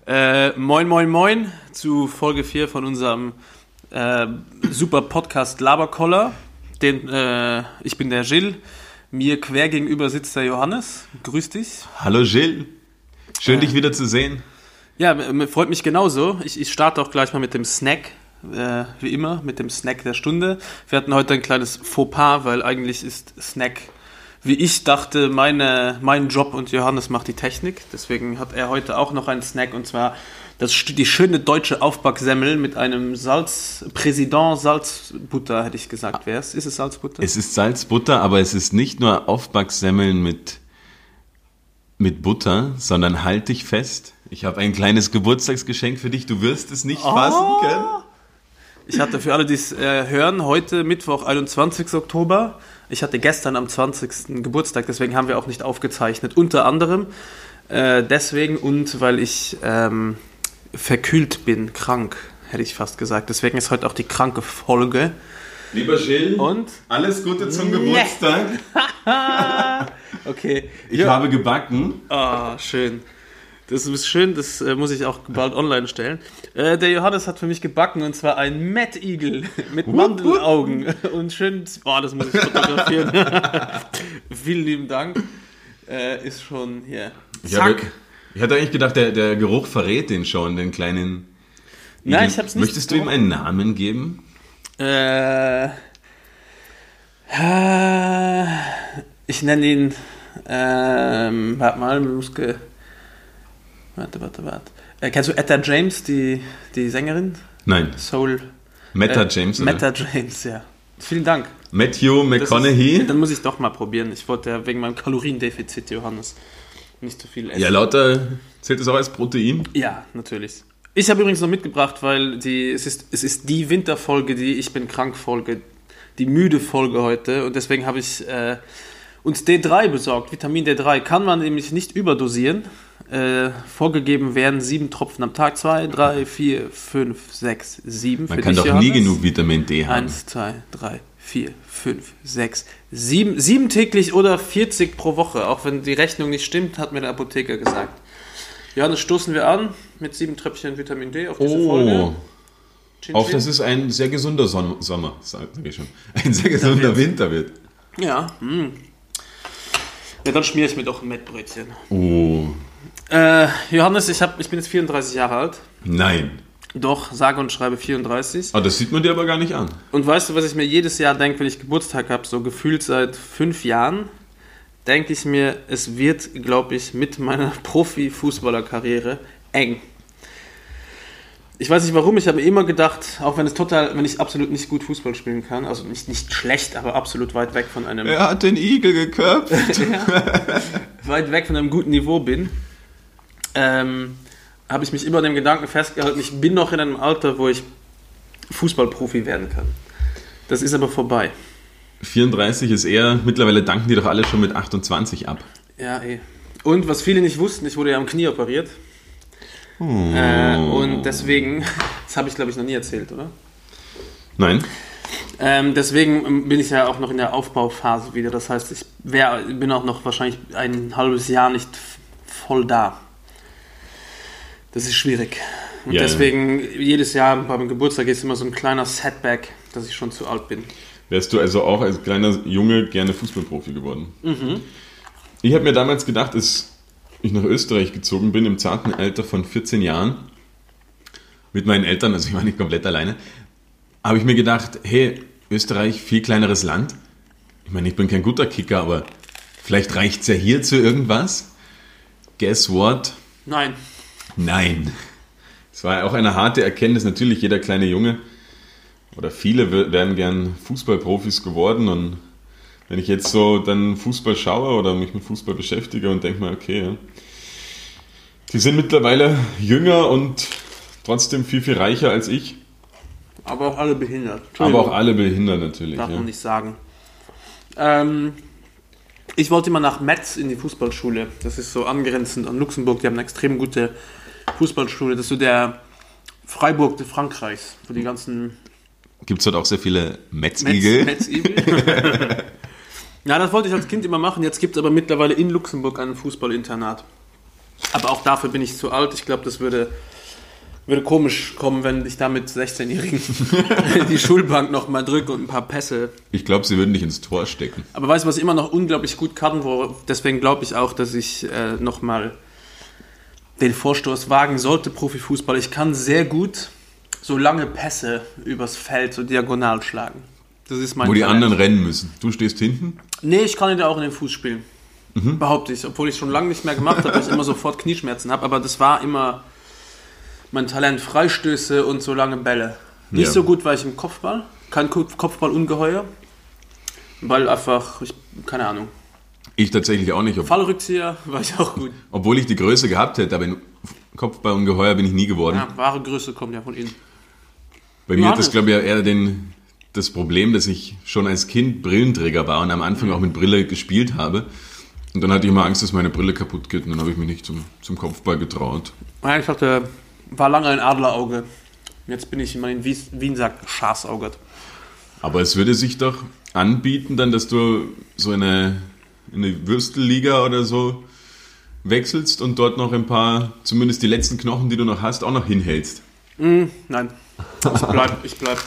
Moin, moin, moin zu Folge 4 von unserem super Podcast Laberkoller. Ich bin der Gilles, mir quer gegenüber sitzt der Johannes. Grüß dich. Hallo Gilles, schön dich wieder zu sehen. Ja, freut mich genauso. Ich starte auch gleich mal mit dem Snack, wie immer, mit dem Snack der Stunde. Wir hatten heute ein kleines Fauxpas, weil eigentlich ist Snack, wie ich dachte, mein Job und Johannes macht die Technik. Deswegen hat er heute auch noch einen Snack, und zwar die schöne deutsche Aufbacksemmel mit einem Salzbutter, hätte ich gesagt. Ist es Salzbutter? Es ist Salzbutter, aber es ist nicht nur Aufbacksemmeln mit Butter, sondern halt dich fest. Ich habe ein kleines Geburtstagsgeschenk für dich. Du wirst es nicht fassen können. Ich hatte für alle, die es hören, heute Mittwoch, 21. Oktober. Ich hatte gestern am 20. Geburtstag, deswegen haben wir auch nicht aufgezeichnet. Unter anderem deswegen und weil ich verkühlt bin, krank, hätte ich fast gesagt. Deswegen ist heute auch die kranke Folge. Lieber Gilles, und? Alles Gute zum Geburtstag. Okay. Ich habe gebacken. Schön. Das ist schön, das muss ich auch bald online stellen. Der Johannes hat für mich gebacken, und zwar ein Mad Eagle mit Mandelaugen und schön, das muss ich fotografieren. Vielen lieben Dank. Ist schon hier. Zack. Ich hatte eigentlich gedacht, der Geruch verrät den schon, den kleinen Igel. Nein, ich hab's nicht. Möchtest du ihm einen Namen geben? Ich nenne ihn, Warte. Kennst du Etta James, die Sängerin? Nein. Soul. Metta James, oder? Metta James, ja. Vielen Dank. Matthew McConaughey. Dann muss ich doch mal probieren. Ich wollte ja wegen meinem Kaloriendefizit, Johannes, nicht zu viel essen. Ja, zählt das auch als Protein? Ja, natürlich. Ich habe übrigens noch mitgebracht, weil es ist die Winterfolge, die Ich bin krank Folge, die müde Folge heute, und deswegen habe ich uns D3 besorgt, Vitamin D3. Kann man nämlich nicht überdosieren. Vorgegeben werden 7 Tropfen am Tag, 2, 3, 4, 5, 6, 7. Man kann doch nie genug Vitamin D haben. 1, 2, 3, 4, 5, 6, 7. 7 täglich oder 40 pro Woche. Auch wenn die Rechnung nicht stimmt, hat mir der Apotheker gesagt. Ja, das stoßen wir an mit 7 Tröpfchen Vitamin D auf diese Folge. Auch dass es ein sehr gesunder Sommer, sage ich schon, ein sehr gesunder Winter wird. Ja, ja, dann schmiere ich mir doch ein Mettbrötchen. Johannes, ich bin jetzt 34 Jahre alt. Nein. Doch, sage und schreibe 34. Das sieht man dir aber gar nicht an. Und weißt du, was ich mir jedes Jahr denke, wenn ich Geburtstag habe, so gefühlt seit 5 Jahren, denke ich mir, es wird, glaube ich, mit meiner Profifußballerkarriere eng. Ich weiß nicht warum, ich habe immer gedacht, auch wenn ich absolut nicht gut Fußball spielen kann, also nicht schlecht, aber absolut weit weg von einem... Er hat den Igel geköpft. Ja, weit weg von einem guten Niveau bin, habe ich mich immer an dem Gedanken festgehalten, ich bin noch in einem Alter, wo ich Fußballprofi werden kann. Das ist aber vorbei. 34 ist eher, mittlerweile danken die doch alle schon mit 28 ab. Ja, Und was viele nicht wussten, ich wurde ja am Knie operiert. Und deswegen, das habe ich glaube ich noch nie erzählt, oder? Nein. Deswegen bin ich ja auch noch in der Aufbauphase wieder. Das heißt, ich bin auch noch wahrscheinlich ein halbes Jahr nicht voll da. Das ist schwierig. Und deswegen, jedes Jahr beim Geburtstag ist immer so ein kleiner Setback, dass ich schon zu alt bin. Wärst du also auch als kleiner Junge gerne Fußballprofi geworden? Mhm. Ich habe mir damals gedacht, als ich nach Österreich gezogen bin, im zarten Alter von 14 Jahren, mit meinen Eltern, also ich war nicht komplett alleine, habe ich mir gedacht, hey, Österreich, viel kleineres Land. Ich meine, ich bin kein guter Kicker, aber vielleicht reicht es ja hier zu irgendwas. Guess what? Nein. Es war auch eine harte Erkenntnis. Natürlich, jeder kleine Junge oder viele wären gern Fußballprofis geworden, und wenn ich jetzt so dann Fußball schaue oder mich mit Fußball beschäftige und denke mal, okay, ja, die sind mittlerweile jünger und trotzdem viel, viel reicher als ich. Aber auch alle behindert. Natürlich. Darf man nicht sagen. Ich wollte immer nach Metz in die Fußballschule. Das ist so angrenzend an Luxemburg. Die haben eine extrem gute Fußballschule. Das ist so der Freiburg de Frankreichs, wo die ganzen... Gibt es dort auch sehr viele Metz-Igel? Metz-Igel. Ja, das wollte ich als Kind immer machen. Jetzt gibt es aber mittlerweile in Luxemburg ein Fußballinternat. Aber auch dafür bin ich zu alt. Ich glaube, das würde komisch kommen, wenn ich da mit 16-Jährigen die Schulbank nochmal drücke und ein paar Pässe. Ich glaube, sie würden dich ins Tor stecken. Aber weißt du, was ich immer noch unglaublich gut kann? Deswegen glaube ich auch, dass ich nochmal den Vorstoß wagen sollte, Profifußball. Ich kann sehr gut so lange Pässe übers Feld so diagonal schlagen. Das ist mein Wo die Talent. anderen rennen müssen. Du stehst hinten? Nee, ich kann ihn ja auch in den Fuß spielen. Behaupte ich. Obwohl ich schon lange nicht mehr gemacht habe, weil ich immer sofort Knieschmerzen habe. Aber das war immer mein Talent. Freistöße und so lange Bälle. Nicht so gut war ich im Kopfball. Kein Kopfballungeheuer. Weil einfach, keine Ahnung. Ich tatsächlich auch nicht. Fallrückzieher war ich auch gut. Obwohl ich die Größe gehabt hätte, aber in Kopfballungeheuer bin ich nie geworden. Ja, wahre Größe kommt ja von innen. Bei mir hat das, glaube ich, eher das Problem, dass ich schon als Kind Brillenträger war und am Anfang auch mit Brille gespielt habe. Und dann hatte ich immer Angst, dass meine Brille kaputt geht und dann habe ich mich nicht zum Kopfball getraut. Ja, ich dachte, war lange ein Adlerauge. Jetzt bin ich, wie man in Wien sagt, Schafsaugert. Aber es würde sich doch anbieten, dann, dass du so in eine Würstelliga oder so wechselst und dort noch ein paar, zumindest die letzten Knochen, die du noch hast, auch noch hinhältst. Nein, ich bleib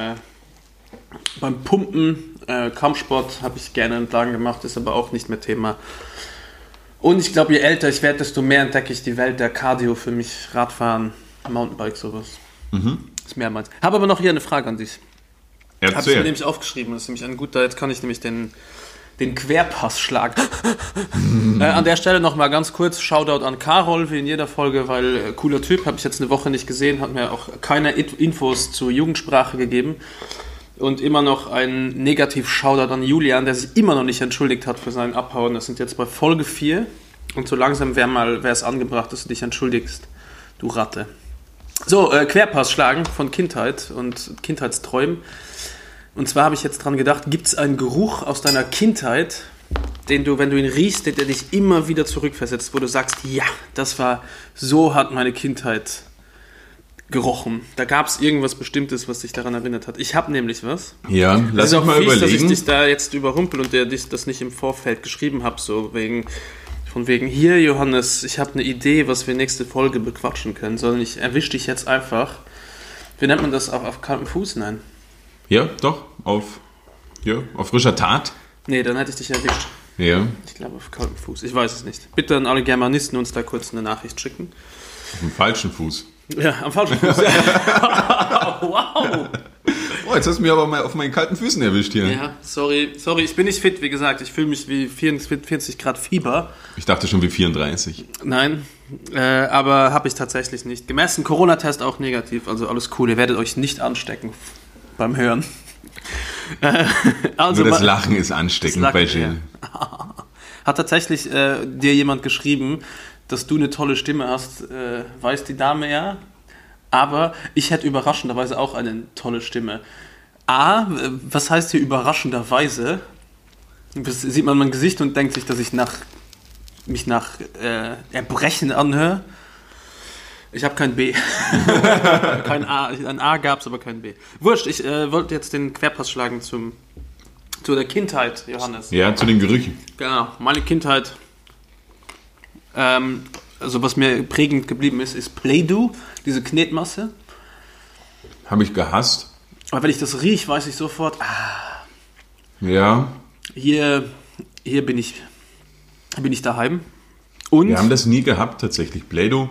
beim Pumpen. Kampfsport habe ich gerne entlang gemacht, ist aber auch nicht mehr Thema. Und ich glaube, je älter ich werde, desto mehr entdecke ich die Welt der Cardio für mich. Radfahren, Mountainbike, sowas. Ist mehrmals. Habe aber noch hier eine Frage an dich. Habe ich mir nämlich aufgeschrieben. Das ist nämlich ein guter, jetzt kann ich nämlich den Querpass schlagen. An der Stelle nochmal ganz kurz Shoutout an Karol, wie in jeder Folge, weil cooler Typ, habe ich jetzt eine Woche nicht gesehen, hat mir auch keine Infos zur Jugendsprache gegeben. Und immer noch ein Negativ-Shoutout an Julian, der sich immer noch nicht entschuldigt hat für seinen Abhauen. Das sind jetzt bei Folge 4 und so langsam wäre es angebracht, dass du dich entschuldigst, du Ratte. So, Querpass schlagen von Kindheit und Kindheitsträumen. Und zwar habe ich jetzt dran gedacht, gibt es einen Geruch aus deiner Kindheit, den du, wenn du ihn riechst, der dich immer wieder zurückversetzt, wo du sagst, ja, so hat meine Kindheit gerochen. Da gab es irgendwas Bestimmtes, was dich daran erinnert hat. Ich habe nämlich was. Ja, lass mich mal überlegen. Dass ich dich da jetzt überrumpel und das nicht im Vorfeld geschrieben habe, so von wegen, hier Johannes, ich habe eine Idee, was wir nächste Folge bequatschen können, sondern ich erwische dich jetzt einfach. Wie nennt man das auf kaltem Fuß? Nein. Ja, doch, auf frischer Tat. Nee, dann hätte ich dich erwischt. Ja. Ich glaube auf kaltem Fuß. Ich weiß es nicht. Bitte an alle Germanisten uns da kurz eine Nachricht schicken. Auf dem falschen Fuß. Ja, am falschen Fuß. Wow. Oh, jetzt hast du mich aber mal auf meinen kalten Füßen erwischt hier. Ja, sorry, ich bin nicht fit, wie gesagt. Ich fühle mich wie 40 Grad Fieber. Ich dachte schon wie 34. Nein, aber habe ich tatsächlich nicht. Gemäß dem Corona-Test auch negativ, also alles cool. Ihr werdet euch nicht anstecken beim Hören. Also nur das Lachen ist ansteckend bei Jill. Ja. Hat tatsächlich dir jemand geschrieben, dass du eine tolle Stimme hast, weiß die Dame ja. Aber ich hätte überraschenderweise auch eine tolle Stimme. Was heißt hier überraschenderweise? Das sieht man mein Gesicht und denkt sich, dass ich mich nach Erbrechen anhöre. Ich habe kein B. Kein A. Ein A gab es, aber kein B. Wurscht, ich wollte jetzt den Querpass schlagen zu der Kindheit, Johannes. Ja, zu den Gerüchen. Genau, meine Kindheit. Also was mir prägend geblieben ist Play-Doh, diese Knetmasse. Habe ich gehasst. Aber wenn ich das rieche, weiß ich sofort, ja. Hier bin ich daheim. Und wir haben das nie gehabt, tatsächlich. Play-Doh.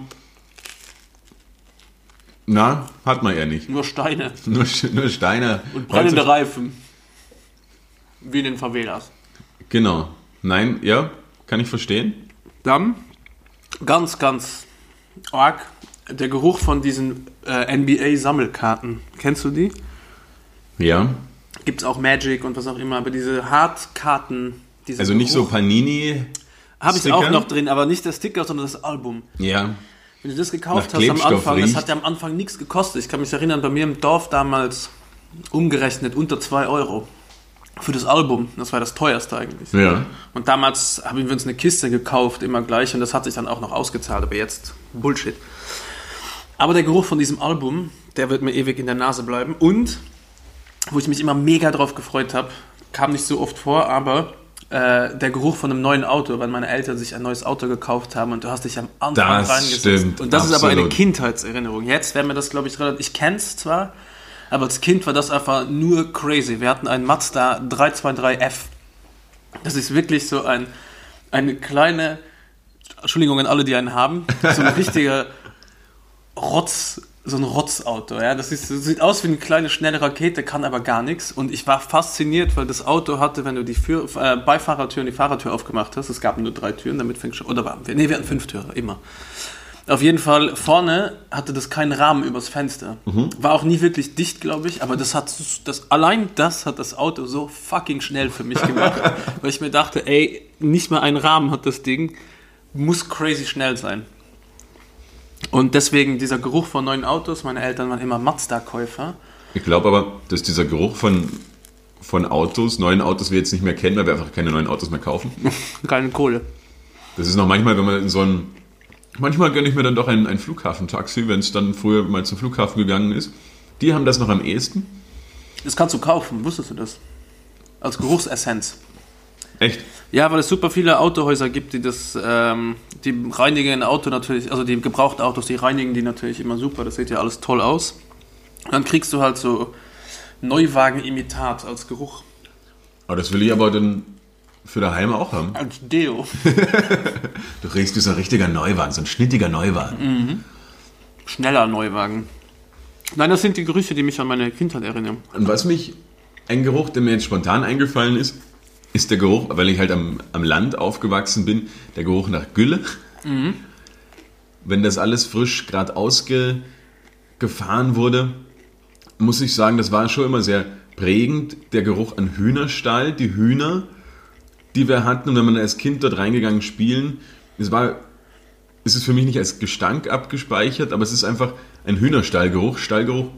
Na, hat man ja nicht. Nur Steine. Nur Steine. Und brennende Reifen. Wie in den Favelas. Genau. Nein, ja, kann ich verstehen. Dann, ganz, ganz arg, der Geruch von diesen NBA-Sammelkarten. Kennst du die? Ja. Gibt es auch Magic und was auch immer, aber diese Hardkarten. Also nicht so Panini. Habe ich auch noch drin, aber nicht der Sticker, sondern das Album. Ja. Wenn du das gekauft hast am Anfang, das hat ja am Anfang nichts gekostet. Ich kann mich erinnern, bei mir im Dorf damals umgerechnet unter 2 Euro für das Album. Das war das teuerste eigentlich. Ja. Und damals haben wir uns eine Kiste gekauft, immer gleich, und das hat sich dann auch noch ausgezahlt, aber jetzt Bullshit. Aber der Geruch von diesem Album, der wird mir ewig in der Nase bleiben. Und, wo ich mich immer mega drauf gefreut habe, kam nicht so oft vor, aber der Geruch von einem neuen Auto, weil meine Eltern sich ein neues Auto gekauft haben und du hast dich am Anfang Das reingesetzt. stimmt, Und das ist aber eine absolut. Kindheitserinnerung. Jetzt wäre mir das, glaube ich, relativ... Ich kenne es zwar, aber als Kind war das einfach nur crazy. Wir hatten einen Mazda 323F. Das ist wirklich so eine kleine... Entschuldigung an alle, die einen haben. So ein richtiger so ein Rotzauto. Ja? Das sieht aus wie eine kleine, schnelle Rakete, kann aber gar nichts. Und ich war fasziniert, weil das Auto hatte, wenn du die Beifahrertür und die Fahrertür aufgemacht hast, es gab nur 3 Türen, damit fängst du... Oder wir hatten 5 Türen, immer. Auf jeden Fall, vorne hatte das keinen Rahmen übers Fenster. War auch nie wirklich dicht, glaube ich, aber allein das hat das Auto so fucking schnell für mich gemacht, weil ich mir dachte, ey, nicht mal ein Rahmen hat das Ding, muss crazy schnell sein. Und deswegen dieser Geruch von neuen Autos, meine Eltern waren immer Mazda-Käufer. Ich glaube aber, dass dieser Geruch von Autos, neuen Autos wir jetzt nicht mehr kennen, weil wir einfach keine neuen Autos mehr kaufen. Keine Kohle. Das ist noch manchmal, wenn man in so einem... Manchmal gönne ich mir dann doch ein Flughafentaxi, wenn es dann früher mal zum Flughafen gegangen ist. Die haben das noch am ehesten. Das kannst du kaufen, wusstest du das? Als Geruchsessenz. Echt? Ja, weil es super viele Autohäuser gibt, die die reinigen ein Auto natürlich, also die gebrauchten Autos, die reinigen die natürlich immer super, das sieht ja alles toll aus. Und dann kriegst du halt so Neuwagen-Imitat als Geruch. Aber das will ich aber dann für daheim auch haben. Als Deo. Du riechst wie so ein richtiger Neuwagen, so ein schnittiger Neuwagen. Schneller Neuwagen. Nein, das sind die Gerüche, die mich an meine Kindheit erinnern. Und ein Geruch, der mir jetzt spontan eingefallen ist der Geruch, weil ich halt am Land aufgewachsen bin, der Geruch nach Gülle. Wenn das alles frisch gerade ausgefahren wurde, muss ich sagen, das war schon immer sehr prägend. Der Geruch an Hühnerstall, die Hühner, die wir hatten, und wenn man als Kind dort reingegangen spielen, es ist für mich nicht als Gestank abgespeichert, aber es ist einfach ein Hühnerstallgeruch, Stallgeruch.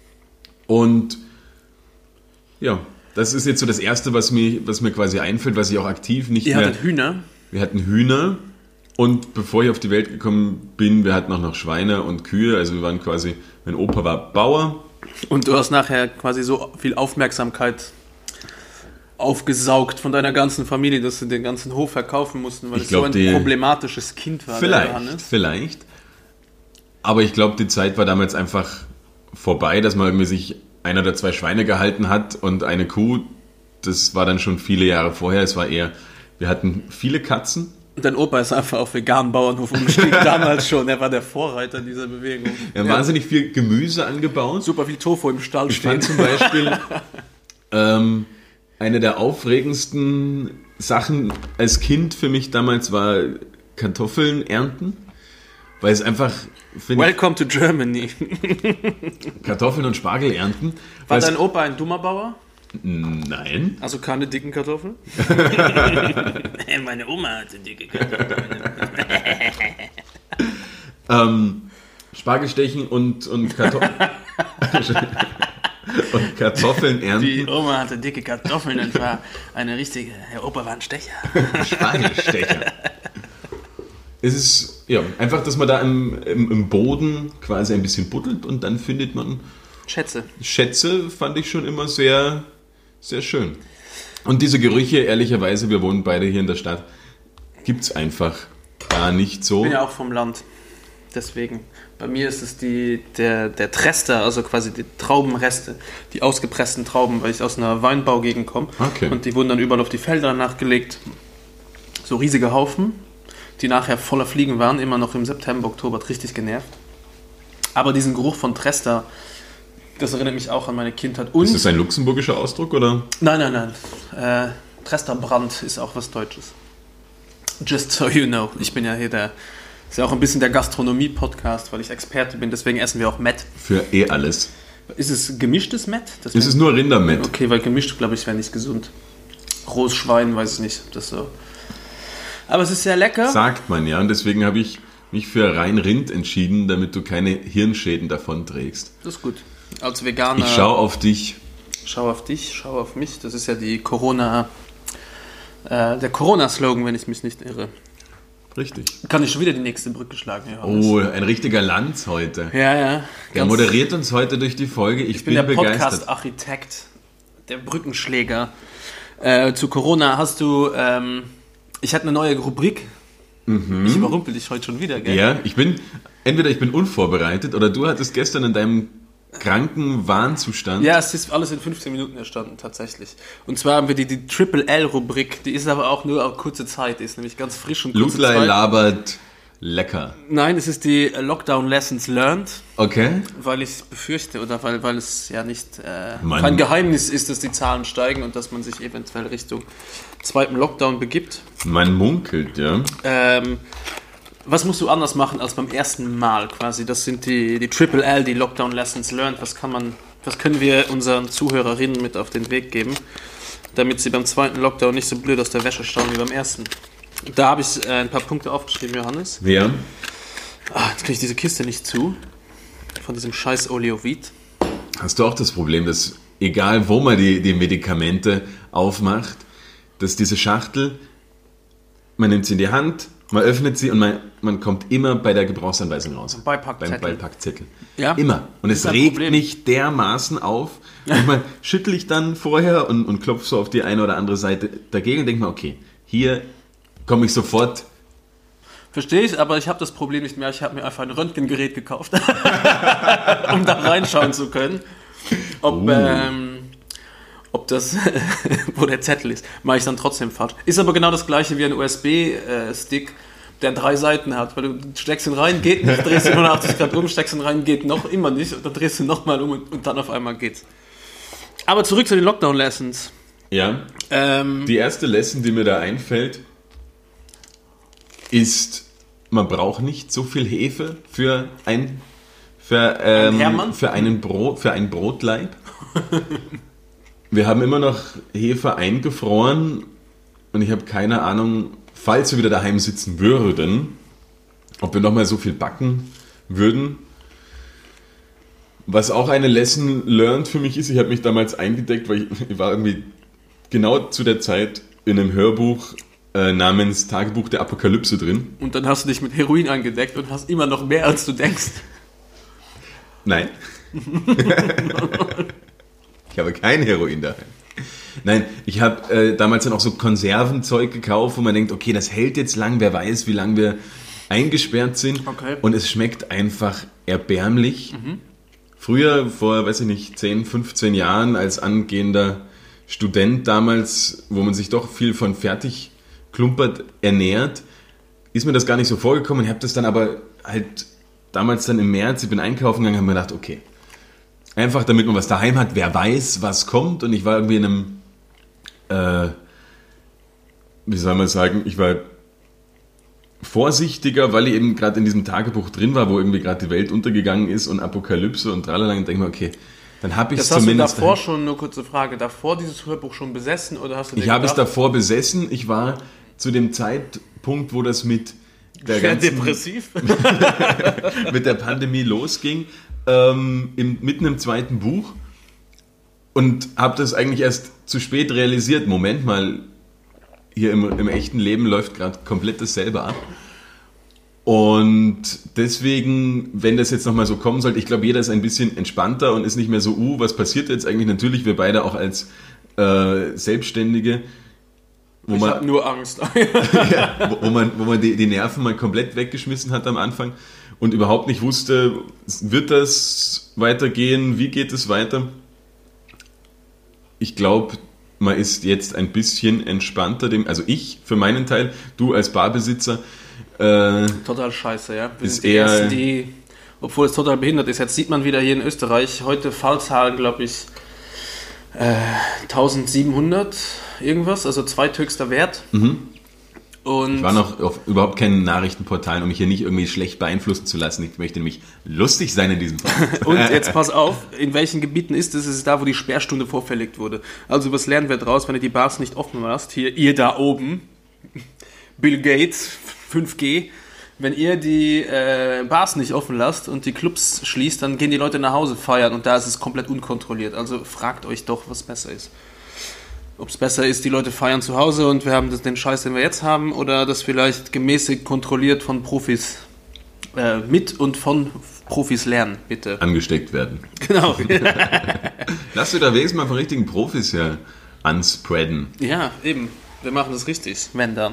Und ja, das ist jetzt so das Erste, was mir quasi einfällt, was ich auch aktiv nicht mehr... Ihr hattet Hühner? Wir hatten Hühner und bevor ich auf die Welt gekommen bin, wir hatten auch noch Schweine und Kühe, also wir waren quasi, mein Opa war Bauer. Und du hast nachher quasi so viel Aufmerksamkeit aufgesaugt von deiner ganzen Familie, dass sie den ganzen Hof verkaufen mussten, weil es so ein problematisches Kind war. Vielleicht. Aber ich glaube, die Zeit war damals einfach vorbei, dass man irgendwie sich 1 oder 2 Schweine gehalten hat und eine Kuh. Das war dann schon viele Jahre vorher. Es war eher, wir hatten viele Katzen. Und dein Opa ist einfach auf veganen Bauernhof umgestiegen, damals schon. Er war der Vorreiter dieser Bewegung. Er hat wahnsinnig viel Gemüse angebaut. Super viel Tofu im Stall stehen. Ich fand zum Beispiel eine der aufregendsten Sachen als Kind für mich damals war Kartoffeln ernten. Weil es einfach... Welcome to Germany. Kartoffeln und Spargel ernten. War dein Opa ein dummer Bauer? Nein. Also keine dicken Kartoffeln? Meine Oma hatte dicke Kartoffeln. Spargelstechen und Kartoffeln ernten. Die Oma hatte dicke Kartoffeln und war eine richtige... Herr Opa war ein Stecher. Spargelstecher. Es ist ja einfach, dass man da im Boden quasi ein bisschen buddelt und dann findet man Schätze fand ich schon immer sehr, sehr schön. Und diese Gerüche, ehrlicherweise, wir wohnen beide hier in der Stadt, gibt es einfach gar nicht so. Ich bin ja auch vom Land, deswegen. Bei mir ist es der Trester, also quasi die Traubenreste, die ausgepressten Trauben, weil ich aus einer Weinbaugegend komme. Okay. Und die wurden dann überall auf die Felder nachgelegt. So riesige Haufen, die nachher voller Fliegen waren, immer noch im September, Oktober, hat richtig genervt. Aber diesen Geruch von Trester, das erinnert mich auch an meine Kindheit. Und ist das ein luxemburgischer Ausdruck, oder? Nein. Tresterbrand ist auch was Deutsches. Just so you know. Ich bin ja hier ist ja auch ein bisschen der Gastronomie-Podcast, weil ich Experte bin, deswegen essen wir auch Mett. Für alles. Ist es gemischtes Mett? Es ist nur Rindermett. Okay, weil gemischt, glaube ich, wäre nicht gesund. Rohes Schwein, weiß ich nicht, ob das so... Aber es ist sehr lecker. Sagt man, ja. Und deswegen habe ich mich für rein Rind entschieden, damit du keine Hirnschäden davon trägst. Das ist gut. Als Veganer... Ich schaue auf dich. Schau auf dich, schau auf mich. Das ist ja der Corona-Slogan, wenn ich mich nicht irre. Richtig. Kann ich schon wieder die nächste Brücke schlagen, Johannes. Oh, ein richtiger Lanz heute. Ja. Der moderiert uns heute durch die Folge. Ich bin der begeistert. Podcast-Architekt, der Brückenschläger. Zu Corona hast du, ich hatte eine neue Rubrik. Ich überrumpel dich heute schon wieder, gell? Ja, entweder ich bin unvorbereitet oder du hattest gestern in deinem kranken Warnzustand. Ja, es ist alles in 15 Minuten entstanden, tatsächlich. Und zwar haben wir die Triple L-Rubrik, die ist aber auch nur auf kurze Zeit, die ist nämlich ganz frisch und kurze Lutlei Zeit. labert lecker. Nein, es ist die Lockdown Lessons Learned, Okay. weil ich befürchte oder weil es ja nicht kein Geheimnis ist, dass die Zahlen steigen und dass man sich eventuell Richtung zweiten Lockdown begibt. Man munkelt, ja. Was musst du anders machen als beim ersten Mal quasi? Das sind die Triple L, die Lockdown Lessons Learned. Was können wir unseren Zuhörerinnen mit auf den Weg geben, damit sie beim zweiten Lockdown nicht so blöd aus der Wäsche schauen wie beim ersten? Da habe ich ein paar Punkte aufgeschrieben, Johannes. Ja. Jetzt kriege ich diese Kiste nicht zu. Von diesem scheiß Oleovit. Hast du auch das Problem, dass egal wo man die Medikamente aufmacht, dass diese Schachtel, man nimmt sie in die Hand, man öffnet sie und man kommt immer bei der Gebrauchsanweisung raus. Beipackzettel. Beim Beipackzettel. Ja. Immer. Und es regt mich dermaßen auf. Manchmal schüttel ich dann vorher und klopfe so auf die eine oder andere Seite dagegen und denke mir, okay, hier komme ich sofort. Verstehe ich, aber ich habe das Problem nicht mehr. Ich habe mir einfach ein Röntgengerät gekauft, um da reinschauen zu können. Ob das, wo der Zettel ist, mache ich dann trotzdem falsch. Ist aber genau das gleiche wie ein USB-Stick, der 3 Seiten hat. Weil du steckst ihn rein, geht nicht, drehst ihn 180 Grad um, steckst ihn rein, geht noch immer nicht. Und dann drehst du ihn nochmal um und dann auf einmal geht's. Aber zurück zu den Lockdown-Lessons. Ja. Die erste Lesson, die mir da einfällt, ist, man braucht nicht so viel Hefe für ein Brotleib. Wir haben immer noch Hefe eingefroren und ich habe keine Ahnung, falls wir wieder daheim sitzen würden, ob wir nochmal so viel backen würden. Was auch eine Lesson learned für mich ist, ich habe mich damals eingedeckt, weil ich war irgendwie genau zu der Zeit in einem Hörbuch namens Tagebuch der Apokalypse drin. Und dann hast du dich mit Heroin eingedeckt und hast immer noch mehr, als du denkst. Nein. Ich habe kein Heroin daheim. Nein, ich habe damals dann auch so Konservenzeug gekauft, wo man denkt, okay, das hält jetzt lang, wer weiß, wie lange wir eingesperrt sind. Okay. Und es schmeckt einfach erbärmlich. Früher, vor, 10, 15 Jahren, als angehender Student damals, wo man sich doch viel von Fertigklumpert ernährt, ist mir das gar nicht so vorgekommen. Ich habe das dann aber halt damals dann im März, ich bin einkaufen gegangen, habe mir gedacht, okay, einfach damit man was daheim hat, wer weiß, was kommt. Und ich war irgendwie in einem, wie soll man sagen, ich war vorsichtiger, weil ich eben gerade in diesem Tagebuch drin war, wo irgendwie gerade die Welt untergegangen ist und Apokalypse und tralala. Und denke mir, okay, dann habe ich es zumindest... Hast du davor schon, nur kurze Frage, davor dieses Hörbuch schon besessen oder hast du... Ich habe es davor besessen. Ich war zu dem Zeitpunkt, wo das mit der ganzen... depressiv? mit der Pandemie losging, mitten im zweiten Buch und habe das eigentlich erst zu spät realisiert. Moment mal, hier im echten Leben läuft gerade komplett dasselbe ab. Und deswegen, wenn das jetzt nochmal so kommen sollte, ich glaube, jeder ist ein bisschen entspannter und ist nicht mehr so, was passiert jetzt eigentlich? Natürlich, wir beide auch als Selbstständige. Ich habe nur Angst. Ja, wo man die Nerven mal komplett weggeschmissen hat am Anfang und überhaupt nicht wusste, wird das weitergehen, wie geht es weiter? Ich glaube, man ist jetzt ein bisschen entspannter, also ich für meinen Teil, du als Barbesitzer. Total scheiße, ja. Wir sind die Ersten, obwohl es total behindert ist, jetzt sieht man wieder hier in Österreich, heute Fallzahlen, glaube ich, 1700 irgendwas, also zweithöchster Wert. Und ich war noch auf überhaupt keinen Nachrichtenportalen, um mich hier nicht irgendwie schlecht beeinflussen zu lassen. Ich möchte nämlich lustig sein in diesem Fall. Und jetzt pass auf, in welchen Gebieten ist es? Es ist da, wo die Sperrstunde vorverlegt wurde. Also was lernen wir draus, wenn ihr die Bars nicht offen lasst? Hier, ihr da oben, Bill Gates, 5G. Wenn ihr die Bars nicht offen lasst und die Clubs schließt, dann gehen die Leute nach Hause feiern und da ist es komplett unkontrolliert. Also fragt euch doch, was besser ist. Ob es besser ist, die Leute feiern zu Hause und wir haben den Scheiß, den wir jetzt haben, oder das vielleicht gemäßigt kontrolliert von Profis mit und von Profis lernen, bitte. Angesteckt werden. Genau. Lass dir da wenigstens mal von richtigen Profis her unspreaden. Ja, eben. Wir machen das richtig, wenn dann.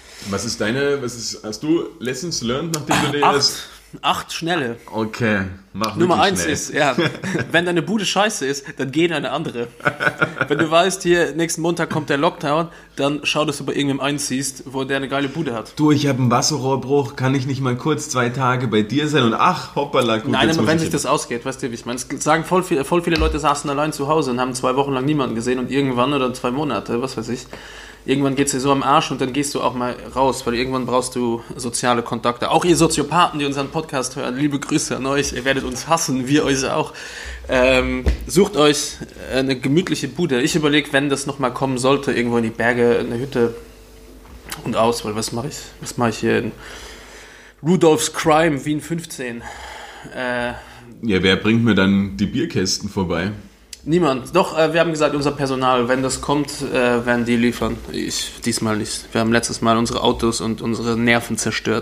Hast du Lessons learned, nachdem du dir das... 8 schnelle. Okay, mach Nummer wirklich 1 schnell. ist, ja, wenn deine Bude scheiße ist, dann geh in eine andere. Wenn du weißt, hier, nächsten Montag kommt der Lockdown, dann schau, dass du bei irgendwem einziehst, wo der eine geile Bude hat. Du, ich habe einen Wasserrohrbruch, kann ich nicht mal kurz 2 Tage bei dir sein und ach, hoppala, gut. Nein, aber wenn sich das ausgeht, weißt du, wie ich meine. Es sagen voll viele Leute saßen allein zu Hause und haben 2 Wochen lang niemanden gesehen und irgendwann oder 2 Monate, was weiß ich, irgendwann geht es dir so am Arsch und dann gehst du auch mal raus, weil irgendwann brauchst du soziale Kontakte. Auch ihr Soziopathen, die unseren Podcast hören, liebe Grüße an euch, ihr werdet uns hassen, wir euch auch. Sucht euch eine gemütliche Bude. Ich überlege, wenn das nochmal kommen sollte, irgendwo in die Berge, eine Hütte und aus, weil was mache ich hier in Rudolphs Crime, Wien 15? Ja, wer bringt mir dann die Bierkästen vorbei? Niemand. Doch, wir haben gesagt, unser Personal, wenn das kommt, werden die liefern. Ich diesmal nicht. Wir haben letztes Mal unsere Autos und unsere Nerven zerstört.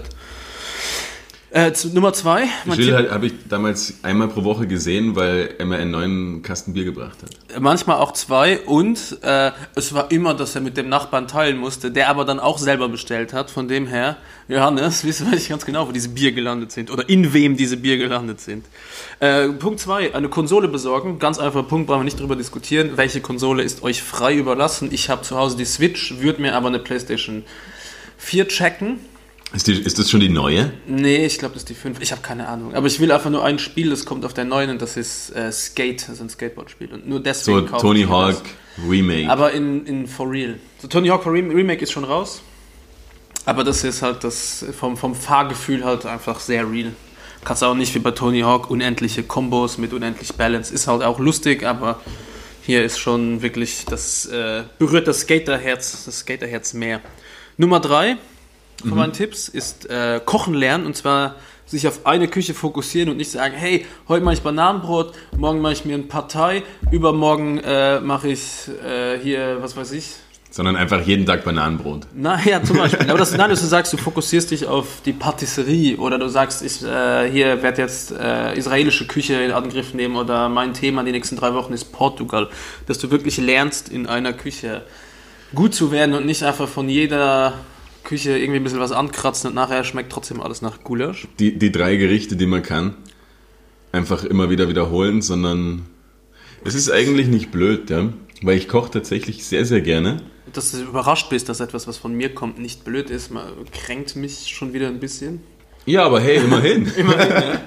Nummer 2. Gilles habe ich damals einmal pro Woche gesehen, weil er mir einen neuen Kasten Bier gebracht hat. Manchmal auch 2 und es war immer, dass er mit dem Nachbarn teilen musste, der aber dann auch selber bestellt hat. Von dem her, Johannes, weiß ich ganz genau, wo diese Bier gelandet sind oder in wem diese Bier gelandet sind. Punkt 2, eine Konsole besorgen. Ganz einfacher Punkt, brauchen wir nicht drüber diskutieren. Welche Konsole ist euch frei überlassen? Ich habe zu Hause die Switch, würde mir aber eine PlayStation 4 checken. Ist das schon die neue? Nee, ich glaube, das ist die 5. Ich habe keine Ahnung. Aber ich will einfach nur ein Spiel, das kommt auf der neuen und das ist Skate, also ein Skateboard-Spiel. Und nur deswegen so Tony Hawk Remake. Aber in For Real. So Tony Hawk Remake ist schon raus. Aber das ist halt das vom Fahrgefühl halt einfach sehr real. Kannst auch nicht wie bei Tony Hawk unendliche Kombos mit unendlich Balance. Ist halt auch lustig, aber hier ist schon wirklich, das berührt das Skaterherz mehr. Nummer 3 von meinen Tipps ist Kochen lernen, und zwar sich auf eine Küche fokussieren und nicht sagen, hey, heute mache ich Bananenbrot, morgen mache ich mir ein Partei, übermorgen mache ich hier, was weiß ich. Sondern einfach jeden Tag Bananenbrot. Ja, zum Beispiel. Aber dass du sagst, du fokussierst dich auf die Patisserie oder du sagst, ich hier werde jetzt israelische Küche in Angriff nehmen oder mein Thema die nächsten 3 Wochen ist Portugal. Dass du wirklich lernst, in einer Küche gut zu werden und nicht einfach von jeder Küche irgendwie ein bisschen was ankratzen und nachher schmeckt trotzdem alles nach Gulasch. Die 3 Gerichte, die man kann, einfach immer wieder wiederholen, sondern es ist eigentlich nicht blöd, ja? Weil ich koche tatsächlich sehr, sehr gerne. Dass du überrascht bist, dass etwas, was von mir kommt, nicht blöd ist, kränkt mich schon wieder ein bisschen. Ja, aber hey, immerhin. Immerhin, ja.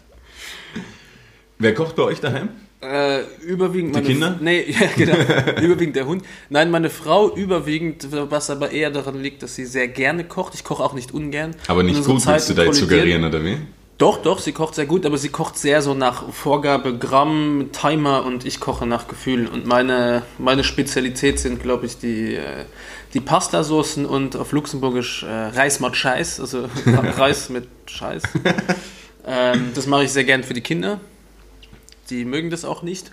Wer kocht bei euch daheim? Überwiegend die Kinder? Nee, ja, genau. Überwiegend der Hund. Nein, meine Frau überwiegend, was aber eher daran liegt, dass sie sehr gerne kocht. Ich koche auch nicht ungern. Aber nicht gut, willst du da jetzt suggerieren, oder wie? Doch, sie kocht sehr gut, aber sie kocht sehr so nach Vorgabe, Gramm, Timer, und ich koche nach Gefühl. Und meine Spezialität sind, glaube ich, die Pastasoßen und auf Luxemburgisch Reis mit Scheiß, also Reis mit Scheiß. Das mache ich sehr gern für die Kinder. Die mögen das auch nicht.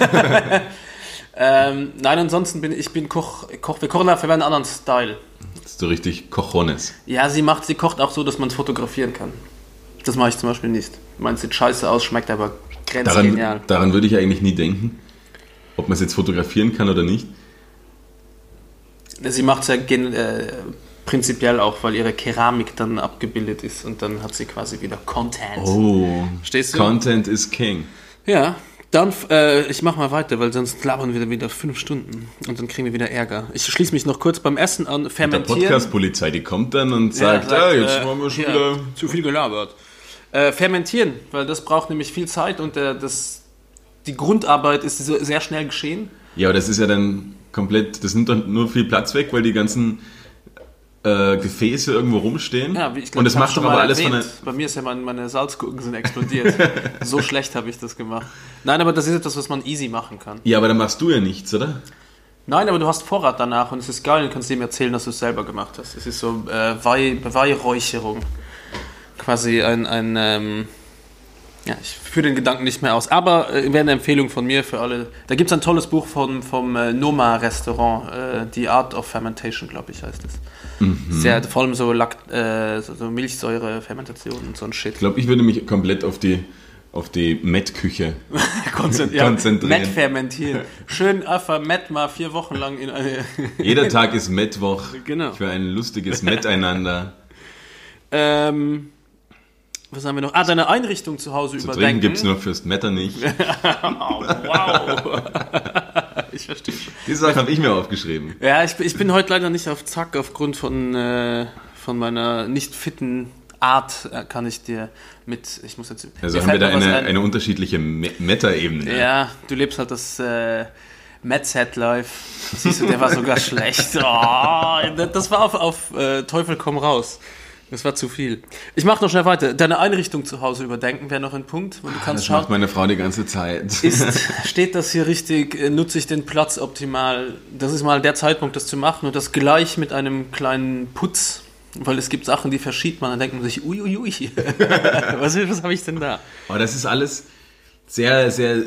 Nein, ansonsten wir kochen dafür einen anderen Style. Das ist so richtig Cojones. Ja, sie kocht auch so, dass man es fotografieren kann. Das mache ich zum Beispiel nicht. Meins sieht scheiße aus, schmeckt aber grenzgenial. Daran würde ich eigentlich nie denken, ob man es jetzt fotografieren kann oder nicht. Sie macht es ja prinzipiell auch, weil ihre Keramik dann abgebildet ist und dann hat sie quasi wieder Content. Oh, Verstehst du? Content is king. Ja, dann, ich mach mal weiter, weil sonst labern wir wieder 5 Stunden und dann kriegen wir wieder Ärger. Ich schließe mich noch kurz beim Essen an. Fermentieren. Die Podcast-Polizei, die kommt dann und sagt, jetzt haben wir schon wieder... Zu viel gelabert. Fermentieren, weil das braucht nämlich viel Zeit und die Grundarbeit ist sehr schnell geschehen. Ja, aber das ist ja dann komplett, das nimmt dann nur viel Platz weg, weil die ganzen Gefäße irgendwo rumstehen. Ja, ich glaub, und das macht doch aber alles erwähnt. Bei mir ist ja meine Salzgurken sind explodiert. So schlecht habe ich das gemacht. Nein, aber das ist etwas, was man easy machen kann. Ja, aber dann machst du ja nichts, oder? Nein, aber du hast Vorrat danach und es ist geil, du kannst ihm erzählen, dass du es selber gemacht hast. Es ist so Weihräucherung. Quasi ich führe den Gedanken nicht mehr aus. Aber wäre eine Empfehlung von mir für alle. Da gibt es ein tolles Buch vom Noma Restaurant, The Art of Fermentation, glaube ich, heißt es. Sehr, vor allem so Milchsäure, Fermentation und so ein Shit. Ich glaube, ich würde mich komplett auf die auf die Mettküche konzentrieren. Met fermentieren. Schön einfach Met mal 4 Wochen lang in eine... Jeder Tag ist Mettwoch genau. Für ein lustiges Miteinander. Was haben wir noch? Deine Einrichtung zu Hause überdenken. Trinken gibt es nur fürs Metternich. Oh, wow. Ich verstehe schon. Die Sache habe ich mir aufgeschrieben. Ja, ich bin heute leider nicht auf Zack aufgrund von meiner nicht fitten Art kann ich dir ich muss jetzt... Also haben wir da eine unterschiedliche Meta-Ebene. Ja, du lebst halt das Mad-Set-Life. Siehst du, der war sogar schlecht. Oh, das war auf Teufel komm raus. Das war zu viel. Ich mache noch schnell weiter. Deine Einrichtung zu Hause überdenken wäre noch ein Punkt. Wo du kannst das schauen, macht meine Frau die ganze Zeit. Steht das hier richtig? Nutze ich den Platz optimal? Das ist mal der Zeitpunkt, das zu machen und das gleich mit einem kleinen Putz. Weil es gibt Sachen, die verschiebt man, dann denkt man sich, uiuiui, was habe ich denn da? Aber das ist alles sehr, sehr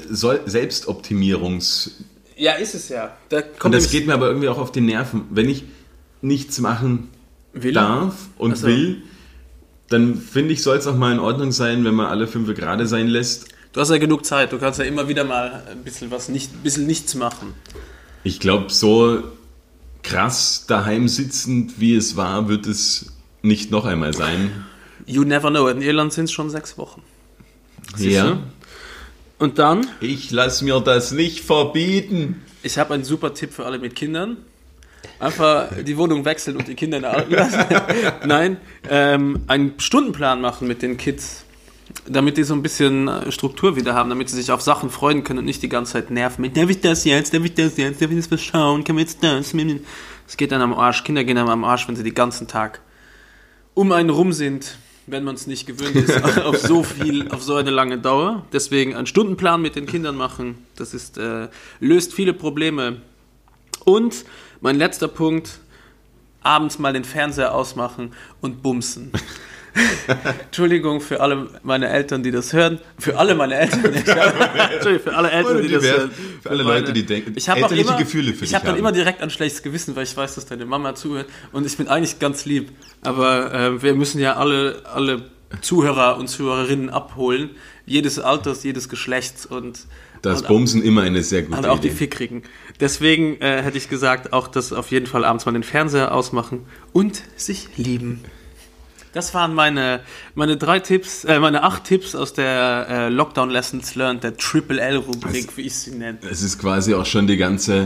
Selbstoptimierungs... Ja, ist es ja. Und das geht mir aber irgendwie auch auf die Nerven. Wenn ich nichts machen darf und will, dann finde ich, soll es auch mal in Ordnung sein, wenn man alle 5 gerade sein lässt. Du hast ja genug Zeit, du kannst ja immer wieder mal ein bisschen nichts machen. Ich glaube, so krass daheim sitzend, wie es war, wird es nicht noch einmal sein. You never know. In Irland sind es schon 6 Wochen. Siehst ja. Du? Und dann? Ich lasse mir das nicht verbieten. Ich habe einen super Tipp für alle mit Kindern. Einfach die Wohnung wechseln und die Kinder in der alten lassen. Nein, einen Stundenplan machen mit den Kids, damit die so ein bisschen Struktur wieder haben, damit sie sich auf Sachen freuen können und nicht die ganze Zeit nerven mit, darf ich das jetzt, darf ich das was schauen, kann man jetzt das? Es geht dann am Arsch, Kinder gehen dann am Arsch, wenn sie den ganzen Tag um einen rum sind, wenn man es nicht gewöhnt ist, auf so eine lange Dauer. Deswegen einen Stundenplan mit den Kindern machen, das ist, löst viele Probleme. Und mein letzter Punkt, abends mal den Fernseher ausmachen und bumsen. Entschuldigung für alle meine Eltern, die das hören. Für alle meine Eltern. Entschuldigung, für alle Eltern, die das hören. Für alle Leute, die denken, elterliche Gefühle für dich haben. Ich habe dann immer direkt ein schlechtes Gewissen, weil ich weiß, dass deine Mama zuhört. Und ich bin eigentlich ganz lieb. Aber wir müssen ja alle Zuhörer und Zuhörerinnen abholen. Jedes Alters, jedes Geschlechts und Bumsen immer eine sehr gute Idee. Und auch die Fickrigen. Deswegen hätte ich gesagt, auch das auf jeden Fall abends mal den Fernseher ausmachen und sich lieben. Das waren meine 8 Tipps aus der Lockdown Lessons Learned, der Triple L-Rubrik, wie ich sie nenne. Es ist quasi auch schon die ganze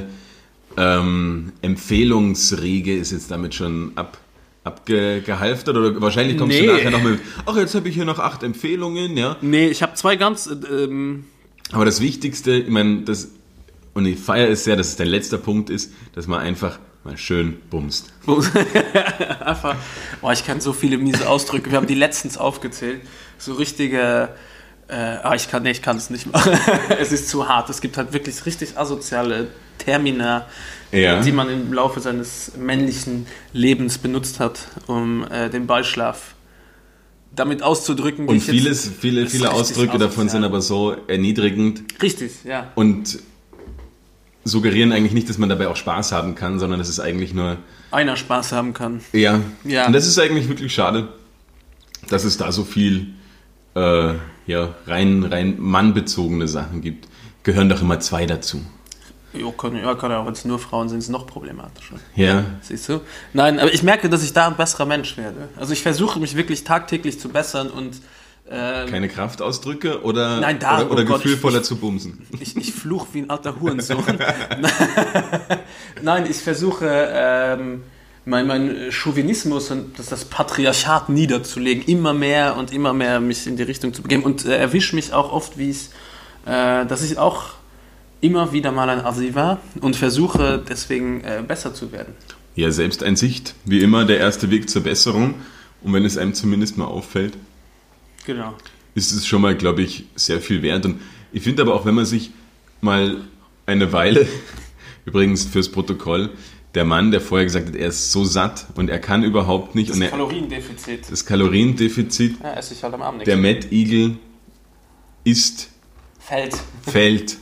Empfehlungsriege ist jetzt damit schon abgehalftert oder wahrscheinlich kommst du nachher noch mit, jetzt habe ich hier noch 8 Empfehlungen, ja. Nee, ich habe 2 ganz... Aber das Wichtigste, ich meine, und ich feiere es sehr, dass es dein letzter Punkt ist, dass man einfach mal schön bumst. Einfach, ich kenne so viele miese Ausdrücke, wir haben die letztens aufgezählt, so richtige, ich kann es nicht machen, es ist zu hart, es gibt halt wirklich richtig asoziale Termina, die man im Laufe seines männlichen Lebens benutzt hat, um den Beischlaf damit auszudrücken. Und viele Ausdrücke davon sind aber so erniedrigend. Richtig, ja. Und suggerieren eigentlich nicht, dass man dabei auch Spaß haben kann, sondern dass es eigentlich nur... einer Spaß haben kann. Ja. Und das ist eigentlich wirklich schade, dass es da so viel rein mannbezogene Sachen gibt. Gehören doch immer 2 dazu. Kann ja auch, wenn es nur Frauen sind, ist es noch problematischer. Ja. Siehst du? Nein, aber ich merke, dass ich da ein besserer Mensch werde. Also ich versuche mich wirklich tagtäglich zu bessern und... keine Kraftausdrücke oder gefühlvoller zu bumsen? Ich fluche wie ein alter Hurensohn. Nein, ich versuche mein Chauvinismus und das Patriarchat niederzulegen, immer mehr mich in die Richtung zu begeben und erwische mich auch oft, dass ich auch immer wieder mal ein Assi war und versuche deswegen besser zu werden. Ja, Selbsteinsicht, wie immer der erste Weg zur Besserung und wenn es einem zumindest mal auffällt, genau, ist es schon mal, glaube ich, sehr viel wert. Und ich finde aber auch, wenn man sich mal eine Weile, übrigens fürs Protokoll, der Mann, der vorher gesagt hat, er ist so satt und er kann überhaupt nicht. Das Kaloriendefizit. Ja, esse ich halt am Abend nichts. Der Mad Eagle isst. Fällt.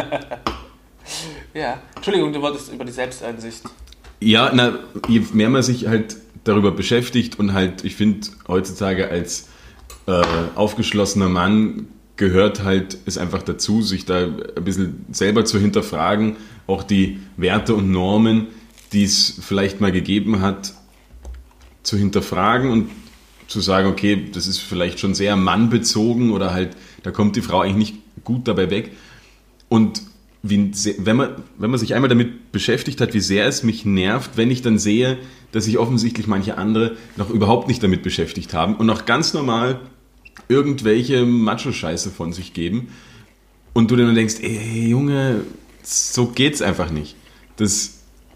Ja, Entschuldigung, du wolltest über die Selbsteinsicht. Ja, je mehr man sich halt darüber beschäftigt und halt, ich finde, heutzutage als aufgeschlossener Mann gehört halt es einfach dazu, sich da ein bisschen selber zu hinterfragen, auch die Werte und Normen, die es vielleicht mal gegeben hat, zu hinterfragen und zu sagen, okay, das ist vielleicht schon sehr mannbezogen oder halt, da kommt die Frau eigentlich nicht gut dabei weg. Und wenn man sich einmal damit beschäftigt hat, wie sehr es mich nervt, wenn ich dann sehe, dass sich offensichtlich manche andere noch überhaupt nicht damit beschäftigt haben und noch ganz normal irgendwelche Macho-Scheiße von sich geben und du dann denkst, ey Junge, so geht's einfach nicht. Das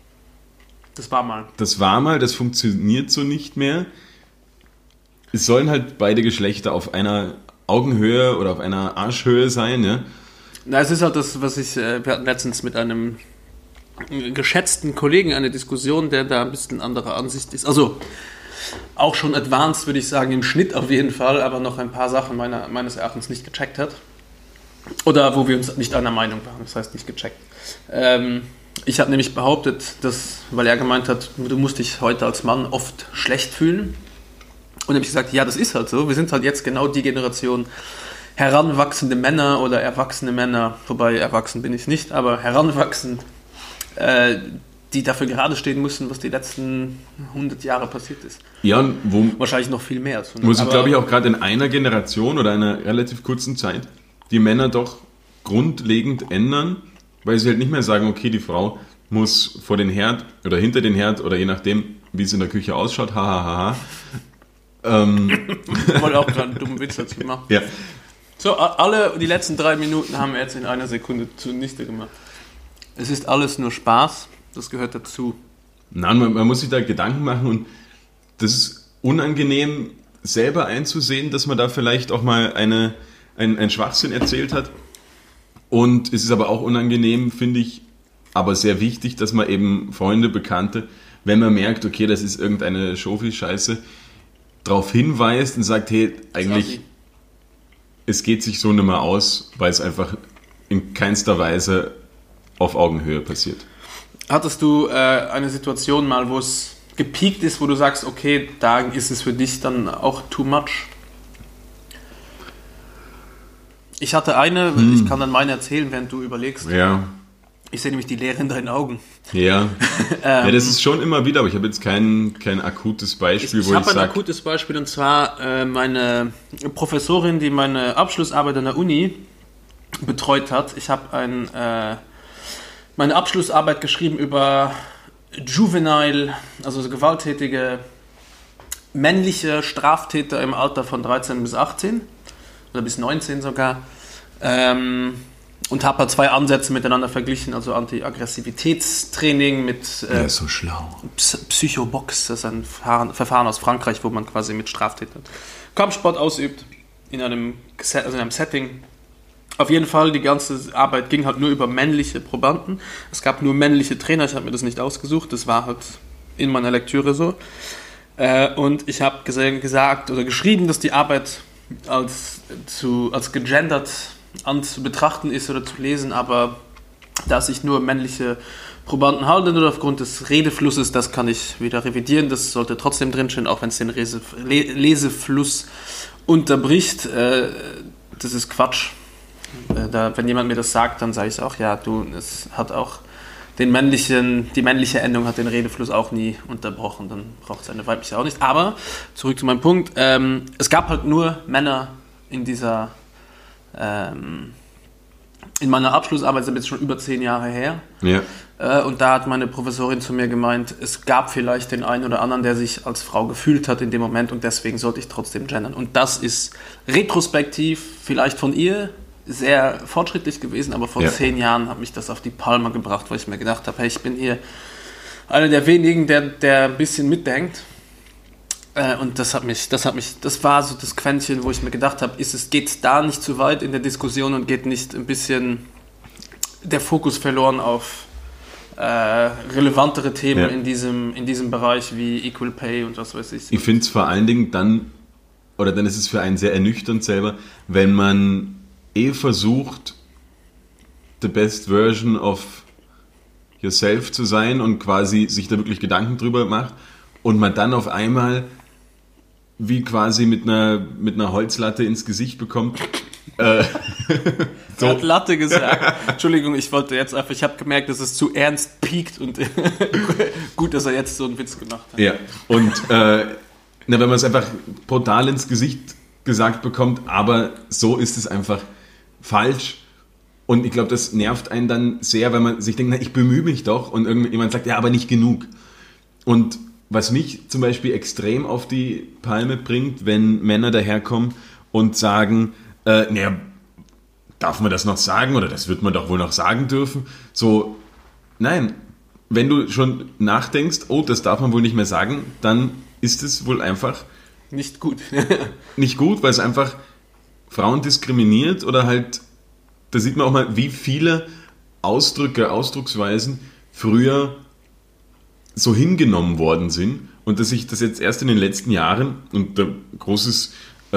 war mal, das funktioniert so nicht mehr. Es sollen halt beide Geschlechter auf einer Augenhöhe oder auf einer Arschhöhe sein, ja. Na, es ist halt das, wir hatten letztens mit einem geschätzten Kollegen eine Diskussion, der da ein bisschen anderer Ansicht ist. Also auch schon advanced, würde ich sagen, im Schnitt auf jeden Fall, aber noch ein paar Sachen meines Erachtens nicht gecheckt hat. Oder wo wir uns nicht einer Meinung waren, das heißt nicht gecheckt. Ich habe nämlich behauptet, weil er gemeint hat, du musst dich heute als Mann oft schlecht fühlen. Und habe ich gesagt, ja, das ist halt so. Wir sind halt jetzt genau die Generation heranwachsende Männer oder erwachsene Männer, wobei erwachsen bin ich nicht, aber heranwachsend, die dafür gerade stehen müssen, was die letzten 100 Jahre passiert ist. Ja, und wahrscheinlich noch viel mehr. Wo sich, glaube ich, auch gerade in einer Generation oder einer relativ kurzen Zeit die Männer doch grundlegend ändern, weil sie halt nicht mehr sagen, okay, die Frau muss vor den Herd oder hinter den Herd oder je nachdem, wie es in der Küche ausschaut, hahaha. Ich wollte auch gerade einen dummen Witz dazu machen. Ja. So, die letzten 3 Minuten haben wir jetzt in einer Sekunde zunichte gemacht. Es ist alles nur Spaß, das gehört dazu. Nein, man muss sich da Gedanken machen und das ist unangenehm, selber einzusehen, dass man da vielleicht auch mal einen Schwachsinn erzählt hat. Und es ist aber auch unangenehm, finde ich, aber sehr wichtig, dass man eben Freunde, Bekannte, wenn man merkt, okay, das ist irgendeine Schofi-Scheiße, darauf hinweist und sagt, hey, eigentlich, es geht sich so nicht mehr aus, weil es einfach in keinster Weise auf Augenhöhe passiert. Hattest du eine Situation mal, wo es gepiekt ist, wo du sagst, okay, da ist es für dich dann auch too much? Ich hatte eine, ich kann dann meine erzählen, während du überlegst. Ja. Ich sehe nämlich die Leere in deinen Augen. Ja, ja, das ist schon immer wieder, aber ich habe jetzt kein akutes Beispiel, wo ich sage... Ich habe ein akutes Beispiel, und zwar meine Professorin, die meine Abschlussarbeit an der Uni betreut hat. Ich habe meine Abschlussarbeit geschrieben über juvenile, also gewalttätige männliche Straftäter im Alter von 13 bis 18 oder bis 19 sogar. Und habe halt 2 Ansätze miteinander verglichen, also Anti-Aggressivitätstraining mit so schlau. Psychobox, das ist ein Verfahren aus Frankreich, wo man quasi mit Straftätern Kampfsport ausübt, in einem Setting. Auf jeden Fall, die ganze Arbeit ging halt nur über männliche Probanden. Es gab nur männliche Trainer, ich habe mir das nicht ausgesucht, das war halt in meiner Lektüre so. Und ich habe gesagt oder geschrieben, dass die Arbeit als gegendert zu betrachten ist oder zu lesen, aber da sich nur männliche Probanden halten oder aufgrund des Redeflusses, das kann ich wieder revidieren, das sollte trotzdem drinstehen, auch wenn es den Lesefluss unterbricht. Das ist Quatsch. Wenn jemand mir das sagt, dann sage ich auch, ja, es hat auch die männliche Endung hat den Redefluss auch nie unterbrochen, dann braucht es eine weibliche auch nicht. Aber, zurück zu meinem Punkt, es gab halt nur Männer in meiner Abschlussarbeit, das ist jetzt schon über 10 Jahre her. Ja. Und da hat meine Professorin zu mir gemeint, es gab vielleicht den einen oder anderen, der sich als Frau gefühlt hat in dem Moment und deswegen sollte ich trotzdem gendern. Und das ist retrospektiv vielleicht von ihr sehr fortschrittlich gewesen, aber vor 10 Jahren hat mich das auf die Palme gebracht, weil ich mir gedacht habe, hey, ich bin hier einer der wenigen, der ein bisschen mitdenkt. Und das war so das Quäntchen, wo ich mir gedacht habe, geht da nicht zu weit in der Diskussion und geht nicht ein bisschen der Fokus verloren auf relevantere Themen in diesem Bereich wie Equal Pay und was weiß ich. Ich finde es vor allen Dingen dann ist es für einen sehr ernüchternd selber, wenn man versucht, the best version of yourself zu sein und quasi sich da wirklich Gedanken drüber macht und man dann auf einmal wie quasi mit einer Holzlatte ins Gesicht bekommt, So. Er hat Latte gesagt. Entschuldigung, ich habe gemerkt, dass es zu ernst piekt und gut, dass er jetzt so einen Witz gemacht hat. Ja, und wenn man es einfach brutal ins Gesicht gesagt bekommt, aber so ist es einfach falsch. Und ich glaube, das nervt einen dann sehr, weil man sich denkt, na, ich bemühe mich doch und irgendjemand sagt, ja, aber nicht genug. Und was mich zum Beispiel extrem auf die Palme bringt, wenn Männer daherkommen und sagen, naja, darf man das noch sagen oder das wird man doch wohl noch sagen dürfen? So, nein, wenn du schon nachdenkst, oh, das darf man wohl nicht mehr sagen, dann ist es wohl einfach nicht gut. Nicht gut, weil es einfach Frauen diskriminiert oder halt, da sieht man auch mal, wie viele Ausdrucksweisen früher so hingenommen worden sind und dass sich das jetzt erst in den letzten Jahren und großen